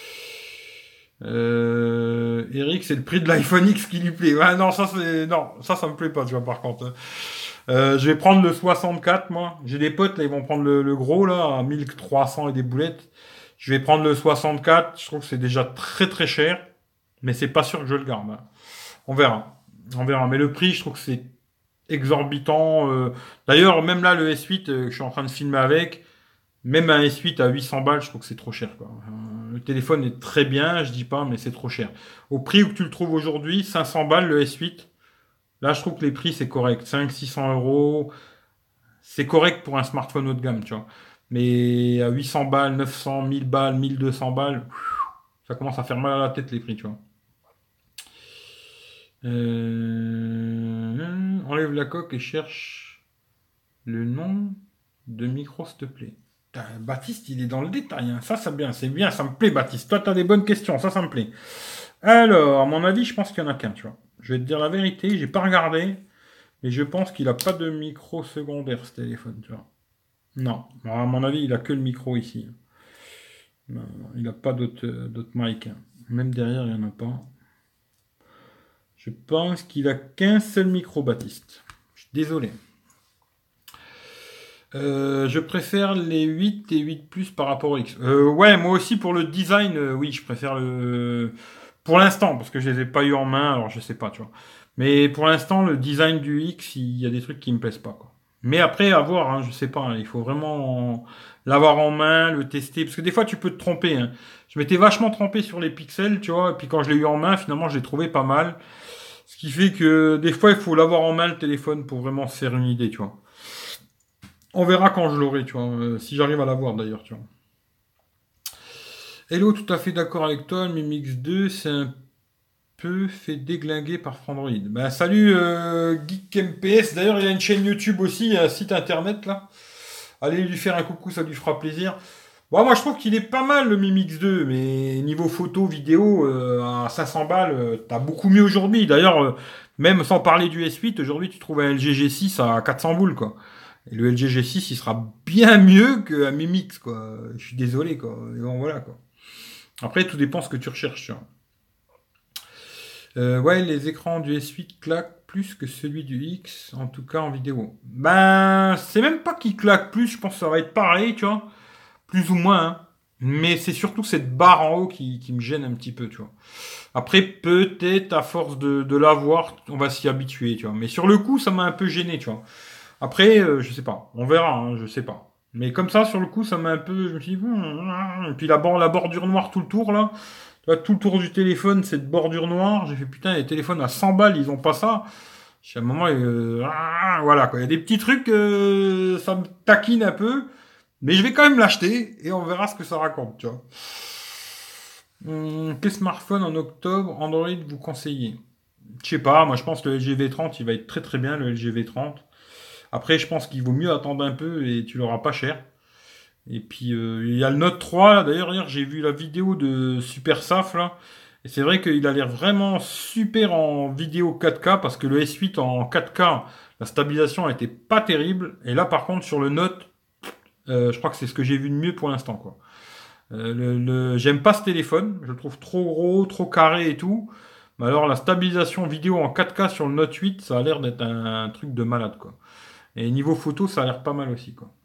Eric, c'est le prix de l'iPhone X qui lui plaît. Ouais, non, ça me plaît pas, tu vois, par contre. Je vais prendre le 64, moi. J'ai des potes, là, ils vont prendre le gros, là, à 1300 et des boulettes. Je vais prendre le 64. Je trouve que c'est déjà très, très cher. Mais c'est pas sûr que je le garde, hein. On verra. On verra. Mais le prix, je trouve que c'est exorbitant. D'ailleurs, même là, le S8 que je suis en train de filmer avec, même un S8 à 800 balles, je trouve que c'est trop cher, quoi. Le téléphone est très bien, je dis pas, mais c'est trop cher. Au prix où tu le trouves aujourd'hui, 500 balles le S8, là, je trouve que les prix, c'est correct. 500-600 euros, c'est correct pour un smartphone haut de gamme, tu vois. Mais à 800 balles, 900, 1000 balles, 1200 balles, ça commence à faire mal à la tête, les prix, tu vois. Enlève la coque et cherche le nom de micro, s'il te plaît. Putain, Baptiste, il est dans le détail, hein. Ça, c'est bien, ça me plaît, Baptiste. Toi, t'as des bonnes questions, ça me plaît. Alors, à mon avis, je pense qu'il y en a qu'un, tu vois. Je vais te dire la vérité, j'ai pas regardé, mais je pense qu'il a pas de micro secondaire, ce téléphone, tu vois. Non, à mon avis, il a que le micro ici. Non, il a pas d'autres mic, hein. Même derrière, il n'y en a pas. Je pense qu'il a qu'un seul micro, Baptiste. Je suis désolé. Je préfère les 8 et 8 Plus par rapport au X. Ouais, moi aussi pour le design, oui, je préfère le... Pour l'instant, parce que je les ai pas eu en main, alors je sais pas, tu vois. Mais pour l'instant, le design du X, il y a des trucs qui me plaisent pas, quoi. Mais après, à voir, hein, je sais pas, hein, il faut vraiment l'avoir en main, le tester, parce que des fois, tu peux te tromper, hein. Je m'étais vachement trompé sur les pixels, tu vois, et puis quand je l'ai eu en main, finalement, je l'ai trouvé pas mal. Ce qui fait que des fois, il faut l'avoir en main, le téléphone, pour vraiment se faire une idée, tu vois. On verra quand je l'aurai, tu vois, si j'arrive à l'avoir d'ailleurs, tu vois. Hello, tout à fait d'accord avec toi, le Mi Mix 2, c'est un peu fait déglinguer par Frandroid. Ben, salut Geek MPS, d'ailleurs il a une chaîne YouTube aussi, un site internet là. Allez lui faire un coucou, ça lui fera plaisir. Bon, moi je trouve qu'il est pas mal le Mi Mix 2, mais niveau photo, vidéo, à 500 balles, t'as beaucoup mieux aujourd'hui. D'ailleurs, même sans parler du S8, aujourd'hui tu trouves un LG G6 à 400 boules, quoi. Et le LG G6, il sera bien mieux qu'un Mi Mix, quoi. Je suis désolé, quoi. Et bon, voilà, quoi. Après, tout dépend ce que tu recherches, tu vois. Ouais, les écrans du S8 claquent plus que celui du X, en tout cas en vidéo. Ben, c'est même pas qu'il claque plus, je pense que ça va être pareil, tu vois. Plus ou moins, hein. Mais c'est surtout cette barre en haut qui me gêne un petit peu, tu vois. Après, peut-être, à force de l'avoir, on va s'y habituer, tu vois. Mais sur le coup, ça m'a un peu gêné, tu vois. Après, je sais pas. On verra, hein, je sais pas. Mais comme ça, sur le coup, ça m'a un peu... Je me suis dit... Et puis la bordure noire tout le tour, là. Tu vois, tout le tour du téléphone, cette bordure noire. J'ai fait, putain, les téléphones à 100 balles, ils ont pas ça. À un moment, voilà, quoi. Il y a des petits trucs, ça me taquine un peu. Mais je vais quand même l'acheter et on verra ce que ça raconte, tu vois. Quel smartphone en octobre Android vous conseillez? Je sais pas, moi je pense que le LG V30 il va être très très bien, le LG V30. Après, je pense qu'il vaut mieux attendre un peu et tu l'auras pas cher. Et puis il y a le Note 3 là. D'ailleurs, hier j'ai vu la vidéo de Super Saf là. Et c'est vrai qu'il a l'air vraiment super en vidéo 4K parce que le S8 en 4K, la stabilisation était pas terrible. Et là par contre sur le Note, je crois que c'est ce que j'ai vu de mieux pour l'instant quoi. J'aime pas ce téléphone, je le trouve trop gros, trop carré et tout. Mais alors la stabilisation vidéo en 4K sur le Note 8, ça a l'air d'être un truc de malade quoi. Et niveau photo, ça a l'air pas mal aussi quoi.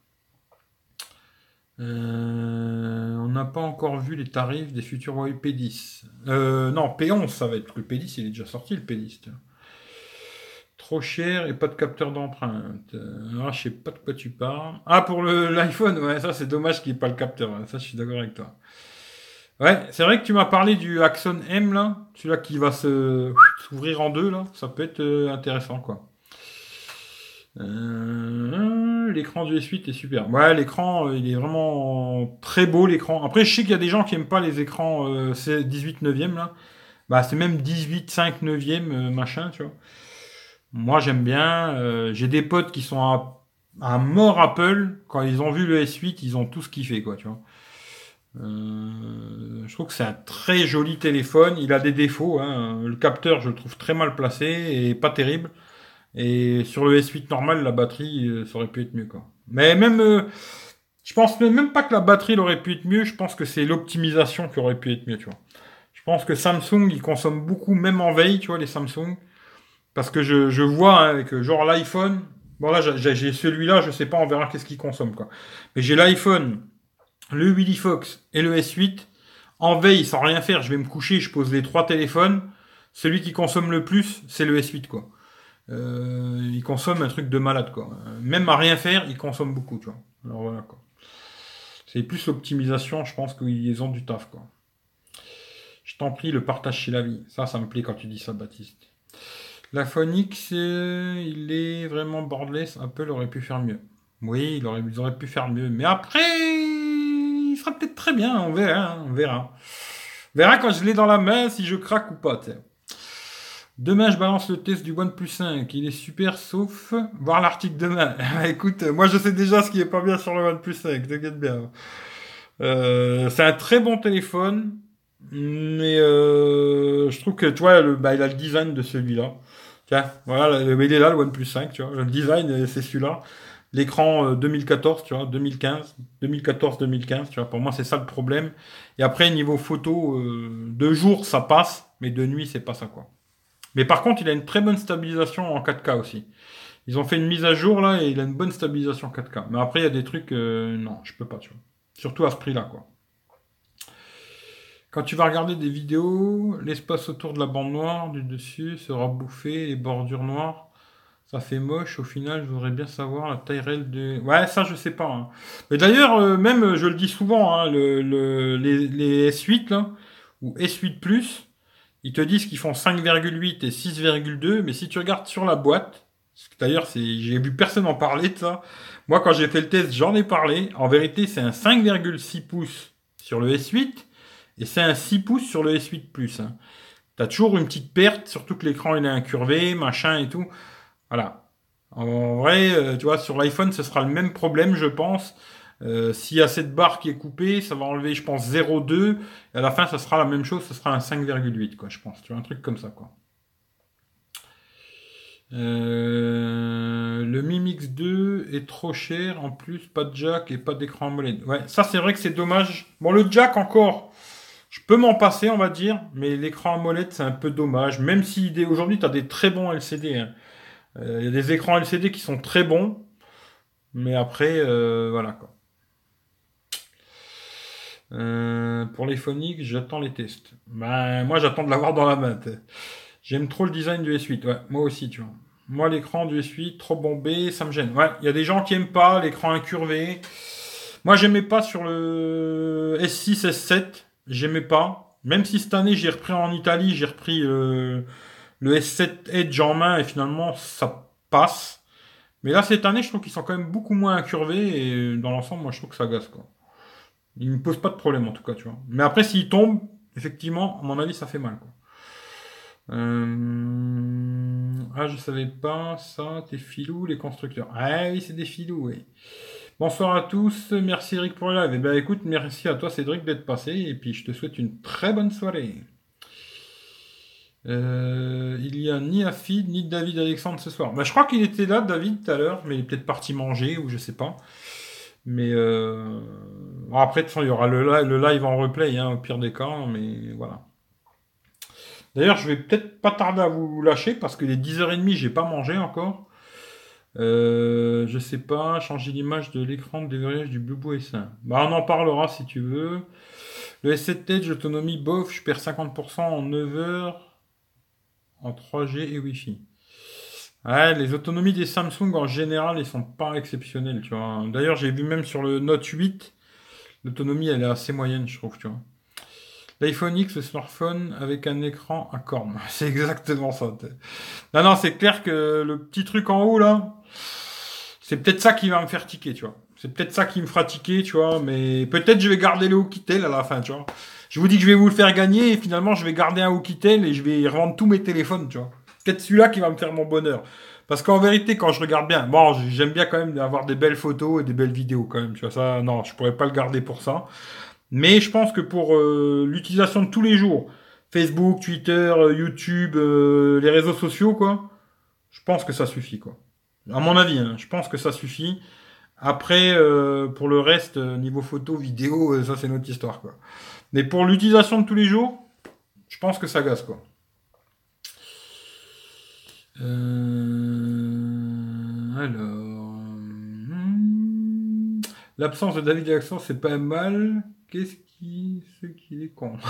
On n'a pas encore vu les tarifs des futurs Huawei P10. Non, P11 ça va être. Le P10 il est déjà sorti le P10. Tiens. Trop cher et pas de capteur d'empreinte. Je sais pas de quoi tu parles. Ah, pour l'iPhone, ouais, ça c'est dommage qu'il n'y ait pas le capteur. Ouais, ça, je suis d'accord avec toi. Ouais, c'est vrai que tu m'as parlé du Axon M, là. Celui-là qui va s'ouvrir en deux, là. Ça peut être intéressant, quoi. L'écran du S8 est super. Ouais, l'écran, il est vraiment très beau, l'écran. Après, je sais qu'il y a des gens qui aiment pas les écrans 18 neuvième, là. Bah, c'est même 18 5 neuvième, machin, tu vois. Moi, j'aime bien. J'ai des potes qui sont à mort Apple. Quand ils ont vu le S8, ils ont tous kiffé, quoi, tu vois. Je trouve que c'est un très joli téléphone. Il a des défauts, hein. Le capteur, je le trouve très mal placé et pas terrible. Et sur le S8 normal, la batterie, ça aurait pu être mieux, quoi. Mais même, je pense même pas que la batterie elle aurait pu être mieux. Je pense que c'est l'optimisation qui aurait pu être mieux, tu vois. Je pense que Samsung, ils consomment beaucoup, même en veille, tu vois, les Samsung. Parce que je vois hein, avec genre l'iPhone. Bon là j'ai celui-là, je sais pas, on verra qu'est-ce qu'il consomme quoi. Mais j'ai l'iPhone, le Willy Fox et le S8. En veille, sans rien faire, je vais me coucher, je pose les trois téléphones. Celui qui consomme le plus, c'est le S8 quoi. Il consomme un truc de malade quoi. Même à rien faire, il consomme beaucoup, tu vois. Alors voilà quoi. C'est plus l'optimisation, je pense qu'ils ont du taf quoi. Je t'en prie, le partage chez la vie. Ça me plaît quand tu dis ça, Baptiste. La Phonix, il est vraiment borderless. Apple aurait pu faire mieux. Oui, ils auraient pu faire mieux. Mais après, il sera peut-être très bien. On verra. Hein, on verra. On verra quand je l'ai dans la main si je craque ou pas. T'sais. Demain, je balance le test du OnePlus 5. Il est super, sauf voir l'article demain. Écoute, moi, je sais déjà ce qui est pas bien sur le OnePlus 5. T'inquiète bien. C'est un très bon téléphone. Mais je trouve que, tu vois, il a le design de celui-là. Tiens, voilà, il est là, le OnePlus 5, tu vois. Le design, c'est celui-là. L'écran 2014, tu vois, 2015, 2014-2015, tu vois. Pour moi, c'est ça le problème. Et après, niveau photo, de jour, ça passe, mais de nuit, c'est pas ça, quoi. Mais par contre, il a une très bonne stabilisation en 4K aussi. Ils ont fait une mise à jour, là, et il a une bonne stabilisation 4K. Mais après, il y a des trucs, non, je peux pas, tu vois. Surtout à ce prix-là, quoi. Quand tu vas regarder des vidéos, l'espace autour de la bande noire du dessus sera bouffé, les bordures noires, ça fait moche. Au final, je voudrais bien savoir la taille réelle de... Ouais, ça, je sais pas. Hein. Mais d'ailleurs, même, je le dis souvent, hein, les S8, là, ou S8 Plus, ils te disent qu'ils font 5,8 et 6,2, mais si tu regardes sur la boîte, d'ailleurs, j'ai vu personne en parler de ça. Moi, quand j'ai fait le test, j'en ai parlé. En vérité, c'est un 5,6 pouces sur le S8 et c'est un 6 pouces sur le S8 Plus. Hein. T'as toujours une petite perte, surtout que l'écran il est incurvé, machin et tout. Voilà. En vrai, tu vois, sur l'iPhone, ce sera le même problème, je pense. S'il y a cette barre qui est coupée, ça va enlever, je pense, 0,2. Et à la fin, ça sera la même chose, ça sera un 5,8, quoi, je pense. Tu vois, un truc comme ça, quoi. Le Mi Mix 2 est trop cher, en plus, pas de jack et pas d'écran AMOLED. Ouais, ça, c'est vrai que c'est dommage. Bon, le jack, encore. Je peux m'en passer, on va dire, mais l'écran AMOLED, c'est un peu dommage. Même si aujourd'hui, tu as des très bons LCD. Hein. Il y a des écrans LCD qui sont très bons, mais après, voilà quoi. Pour les phoniques, j'attends les tests. Ben, moi, j'attends de l'avoir dans la main. J'aime trop le design du S8. Ouais, moi aussi, tu vois. Moi, l'écran du S8, trop bombé, ça me gêne. Ouais, il y a des gens qui aiment pas l'écran incurvé. Moi, j'aimais pas sur le S6, S7. J'aimais pas. Même si cette année, j'ai repris en Italie, j'ai repris le S7 Edge en main et finalement, ça passe. Mais là, cette année, je trouve qu'ils sont quand même beaucoup moins incurvés et dans l'ensemble, moi, je trouve que ça gaze, quoi. Ils me posent pas de problème, en tout cas, tu vois. Mais après, s'ils tombent, effectivement, à mon avis, ça fait mal, quoi. Ah, je savais pas ça, t'es filou, les constructeurs. Ah oui, c'est des filous, oui. Bonsoir à tous, merci Eric pour le live. Eh ben écoute, merci à toi Cédric d'être passé, et puis je te souhaite une très bonne soirée. Il y a ni Afid, ni David Alexandre ce soir. Bah, je crois qu'il était là, David, tout à l'heure, mais il est peut-être parti manger, ou je sais pas. Mais bon, après, de toute façon, il y aura le live en replay, hein, au pire des cas, mais voilà. D'ailleurs, je vais peut-être pas tarder à vous lâcher parce qu'il est 10h30, j'ai pas mangé encore. Je sais pas, changer l'image de l'écran de déverrouillage du Blue S1. Bah, on en parlera si tu veux. Le S7 Edge, autonomie bof, je perds 50% en 9 heures en 3G et Wi-Fi. Ouais, les autonomies des Samsung en général, ils sont pas exceptionnelles, tu vois. D'ailleurs, j'ai vu même sur le Note 8, l'autonomie, elle est assez moyenne, je trouve, tu vois. L'iPhone X, le smartphone avec un écran à corne. C'est exactement ça. Non, non, c'est clair que le petit truc en haut, là, c'est peut-être ça qui va me faire tiquer, tu vois. C'est peut-être ça qui me fera tiquer, tu vois. Mais peut-être je vais garder le Oukitel à la fin, tu vois. Je vous dis que je vais vous le faire gagner et finalement, je vais garder un Oukitel et je vais revendre tous mes téléphones, tu vois. Peut-être celui-là qui va me faire mon bonheur. Parce qu'en vérité, quand je regarde bien, bon, j'aime bien quand même avoir des belles photos et des belles vidéos quand même, tu vois. Ça, non, je pourrais pas le garder pour ça. Mais je pense que pour l'utilisation de tous les jours, Facebook, Twitter, YouTube, les réseaux sociaux, quoi, je pense que ça suffit, quoi. À mon avis, hein, je pense que ça suffit. Après, pour le reste, niveau photo, vidéo, ça c'est notre histoire, quoi. Mais pour l'utilisation de tous les jours, je pense que ça gaze, quoi. Alors... L'absence de David Jackson, c'est pas mal. Qu'est-ce qui... Ce qui est con.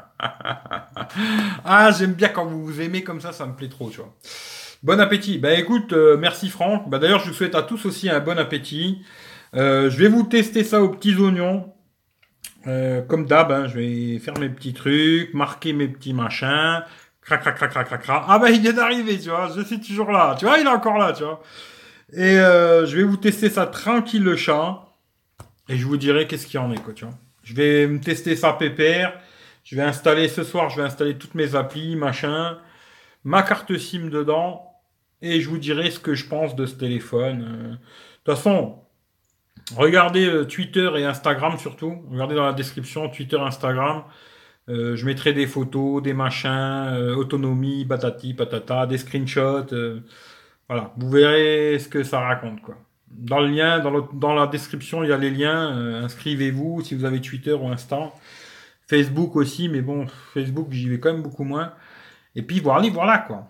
Ah, j'aime bien quand vous vous aimez comme ça me plaît trop, tu vois. Bon appétit. Bah écoute, merci Franck. Bah d'ailleurs, je vous souhaite à tous aussi un bon appétit. Je vais vous tester ça aux petits oignons. Comme d'hab, hein, je vais faire mes petits trucs, marquer mes petits machins. Crac, crac, crac, crac, crac, crac. Ah bah il vient d'arriver, tu vois. Je suis toujours là. Tu vois, il est encore là, tu vois. Et je vais vous tester ça tranquille le chat. Et je vous dirai qu'est-ce qu'il y en est, quoi, tu vois. Je vais me tester ça pépère. Je vais installer ce soir, je vais installer toutes mes applis, machin, ma carte SIM dedans, et je vous dirai ce que je pense de ce téléphone. De toute façon, regardez Twitter et Instagram surtout. Regardez dans la description Twitter, Instagram. Je mettrai des photos, des machins, autonomie, patati, patata, des screenshots. Voilà, vous verrez ce que ça raconte, quoi. Dans le lien, dans la description, il y a les liens. Inscrivez-vous si vous avez Twitter ou Insta. Facebook aussi, mais bon, Facebook, j'y vais quand même beaucoup moins. Et puis, voilà, quoi.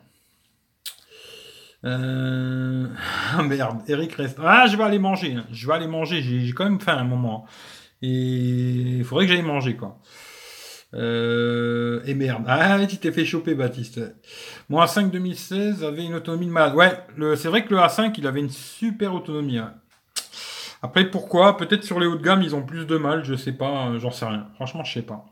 Ah merde, Eric reste. Ah, je vais aller manger. Hein. Je vais aller manger. J'ai quand même faim à un moment. Et il faudrait que j'aille manger, quoi. Et merde. Ah, tu t'es fait choper, Baptiste. Mon A5 2016 avait une autonomie de malade. Ouais, c'est vrai que le A5, il avait une super autonomie. Hein. Après, pourquoi? Peut-être sur les hauts de gamme, ils ont plus de mal. Je sais pas, j'en sais rien. Franchement, je sais pas.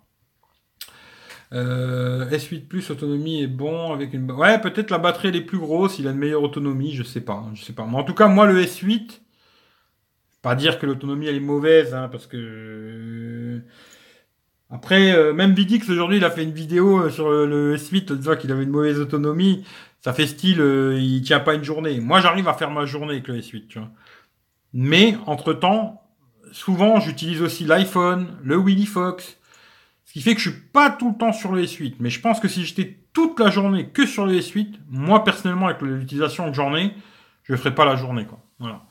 S8 Plus autonomie est bon avec une... Ouais, peut-être la batterie elle est plus grosse, il a une meilleure autonomie, je sais pas. Mais en tout cas, moi, le S8, pas dire que l'autonomie elle est mauvaise, hein, parce que... Après, même Vidix aujourd'hui, il a fait une vidéo sur le S8 en disant qu'il avait une mauvaise autonomie. Ça fait style, il tient pas une journée. Moi, j'arrive à faire ma journée avec le S8, tu vois. Mais, entre-temps, souvent, j'utilise aussi l'iPhone, le Willy Fox. Ce qui fait que je suis pas tout le temps sur le S8. Mais je pense que si j'étais toute la journée que sur le S8, moi, personnellement, avec l'utilisation que j'en ai, je ferais pas la journée, quoi. Voilà.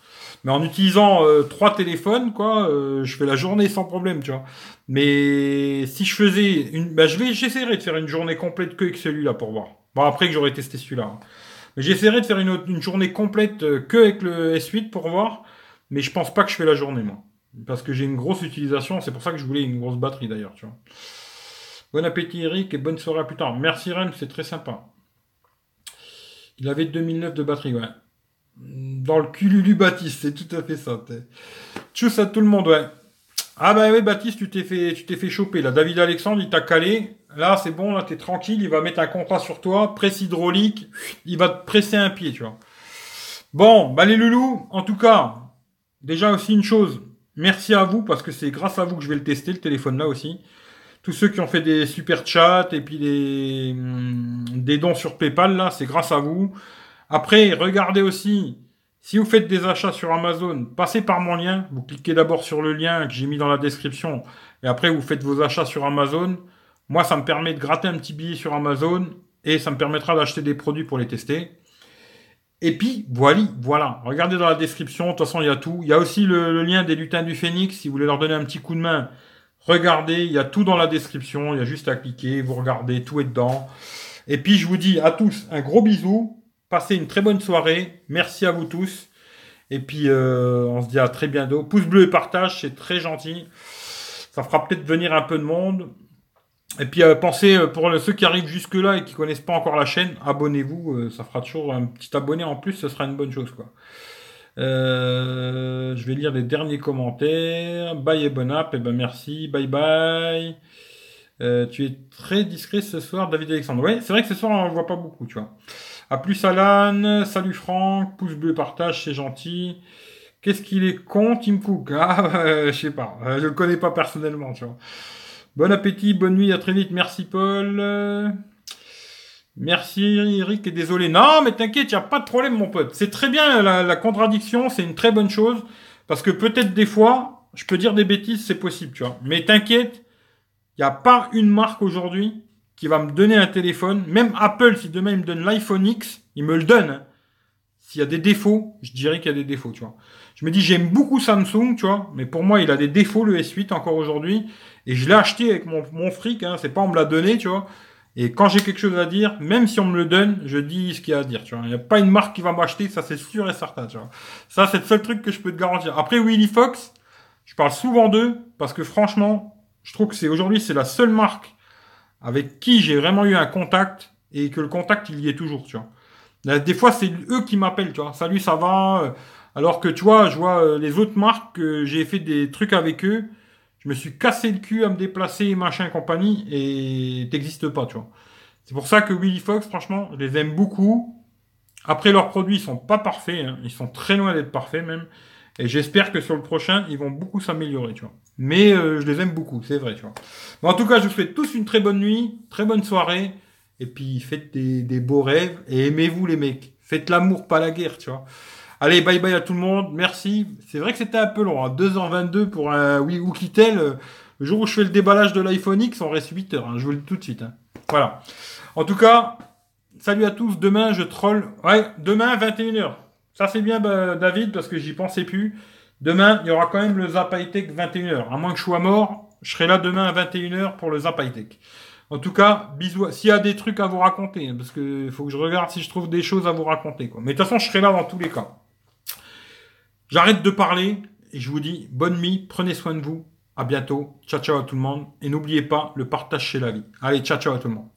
Mais en utilisant 3 téléphones, quoi, je fais la journée sans problème, tu vois. Mais si je faisais j'essaierai de faire une journée complète que avec celui-là pour voir. Bon, après que j'aurais testé celui-là. Hein. Mais j'essaierai de faire une journée complète que avec le S8 pour voir. Mais je pense pas que je fais la journée, moi. Parce que j'ai une grosse utilisation. C'est pour ça que je voulais une grosse batterie, d'ailleurs, tu vois. Bon appétit, Eric, et bonne soirée à plus tard. Merci, Ren, c'est très sympa. Il avait 2009 de batterie, ouais. Dans le cululu Baptiste, c'est tout à fait ça. Tchuss à tout le monde, ouais. Ah bah oui, Baptiste, tu t'es fait choper, là. David Alexandre, il t'a calé. Là, c'est bon, là, t'es tranquille. Il va mettre un contrat sur toi. Presse hydraulique. Il va te presser un pied, tu vois. Bon, bah les loulous, en tout cas, déjà aussi une chose. Merci à vous, parce que c'est grâce à vous que je vais le tester, le téléphone là aussi. Tous ceux qui ont fait des super chats et puis des dons sur PayPal, là, c'est grâce à vous. Après, regardez aussi, si vous faites des achats sur Amazon, passez par mon lien. Vous cliquez d'abord sur le lien que j'ai mis dans la description. Et après, vous faites vos achats sur Amazon. Moi, ça me permet de gratter un petit billet sur Amazon. Et ça me permettra d'acheter des produits pour les tester. Et puis, voilà. Regardez dans la description. De toute façon, il y a tout. Il y a aussi le lien des lutins du Phénix. Si vous voulez leur donner un petit coup de main, regardez. Il y a tout dans la description. Il y a juste à cliquer. Vous regardez. Tout est dedans. Et puis, je vous dis à tous un gros bisou. Passez une très bonne soirée. Merci à vous tous. Et puis, on se dit à très bientôt. Pouce bleu et partage, c'est très gentil. Ça fera peut-être venir un peu de monde. Et puis, pensez, pour ceux qui arrivent jusque-là et qui connaissent pas encore la chaîne, abonnez-vous. Ça fera toujours un petit abonné en plus. Ce sera une bonne chose, quoi. Je vais lire les derniers commentaires. Bye et bonne app. Et ben merci. Bye bye. Tu es très discret ce soir, David Alexandre. Ouais, c'est vrai que ce soir, on ne voit pas beaucoup, tu vois. A plus Alan, salut Franck, pouce bleu, partage, c'est gentil. Qu'est-ce qu'il est con, Tim Cook? Ah, je sais pas, je le connais pas personnellement, tu vois. Bon appétit, bonne nuit, à très vite, merci Paul. Merci Eric, et désolé. Non, mais t'inquiète, y a pas de problème, mon pote. C'est très bien, la contradiction, c'est une très bonne chose. Parce que peut-être des fois, je peux dire des bêtises, c'est possible, tu vois. Mais t'inquiète, y a pas une marque aujourd'hui qui va me donner un téléphone, même Apple, si demain il me donne l'iPhone X, il me le donne. Hein. S'il y a des défauts, je dirais qu'il y a des défauts, tu vois. Je me dis, j'aime beaucoup Samsung, tu vois, mais pour moi, il a des défauts, le S8, encore aujourd'hui, et je l'ai acheté avec mon fric, hein, c'est pas on me l'a donné, tu vois, et quand j'ai quelque chose à dire, même si on me le donne, je dis ce qu'il y a à dire, tu vois. Il n'y a pas une marque qui va m'acheter, ça c'est sûr et certain, tu vois. Ça, c'est le seul truc que je peux te garantir. Après, Willy Fox, je parle souvent d'eux, parce que franchement, je trouve que aujourd'hui, c'est la seule marque avec qui j'ai vraiment eu un contact et que le contact il y est toujours, tu vois. Là, des fois c'est eux qui m'appellent, tu vois. Salut, ça va? Alors que tu vois, je vois les autres marques que j'ai fait des trucs avec eux, je me suis cassé le cul à me déplacer, machin, compagnie, et t'existes pas, tu vois. C'est pour ça que Willy Fox, franchement, je les aime beaucoup. Après, leurs produits, ils sont pas parfaits, hein. Ils sont très loin d'être parfaits même. Et j'espère que sur le prochain, ils vont beaucoup s'améliorer, tu vois. Mais je les aime beaucoup, c'est vrai, tu vois. Mais en tout cas, je vous souhaite tous une très bonne nuit, très bonne soirée. Et puis, faites des beaux rêves. Et aimez-vous, les mecs. Faites l'amour, pas la guerre, tu vois. Allez, bye bye à tout le monde. Merci. C'est vrai que c'était un peu long, hein. 2h22 pour un Oukitel. Le jour où je fais le déballage de l'iPhone X, on reste 8 heures. Hein. Je vous le dis tout de suite. Hein. Voilà. En tout cas, salut à tous. Demain, je troll. Ouais, demain, 21h. Ça, c'est bien, David, parce que j'y pensais plus. Demain, il y aura quand même le Zap High Tech 21h. À moins que je sois mort, je serai là demain à 21h pour le Zap High Tech. En tout cas, bisous. S'il y a des trucs à vous raconter, hein, parce que faut que je regarde si je trouve des choses à vous raconter, quoi. Mais de toute façon, je serai là dans tous les cas. J'arrête de parler et je vous dis bonne nuit, prenez soin de vous. À bientôt. Ciao, ciao à tout le monde. Et n'oubliez pas, le partage c'est la vie. Allez, ciao, ciao à tout le monde.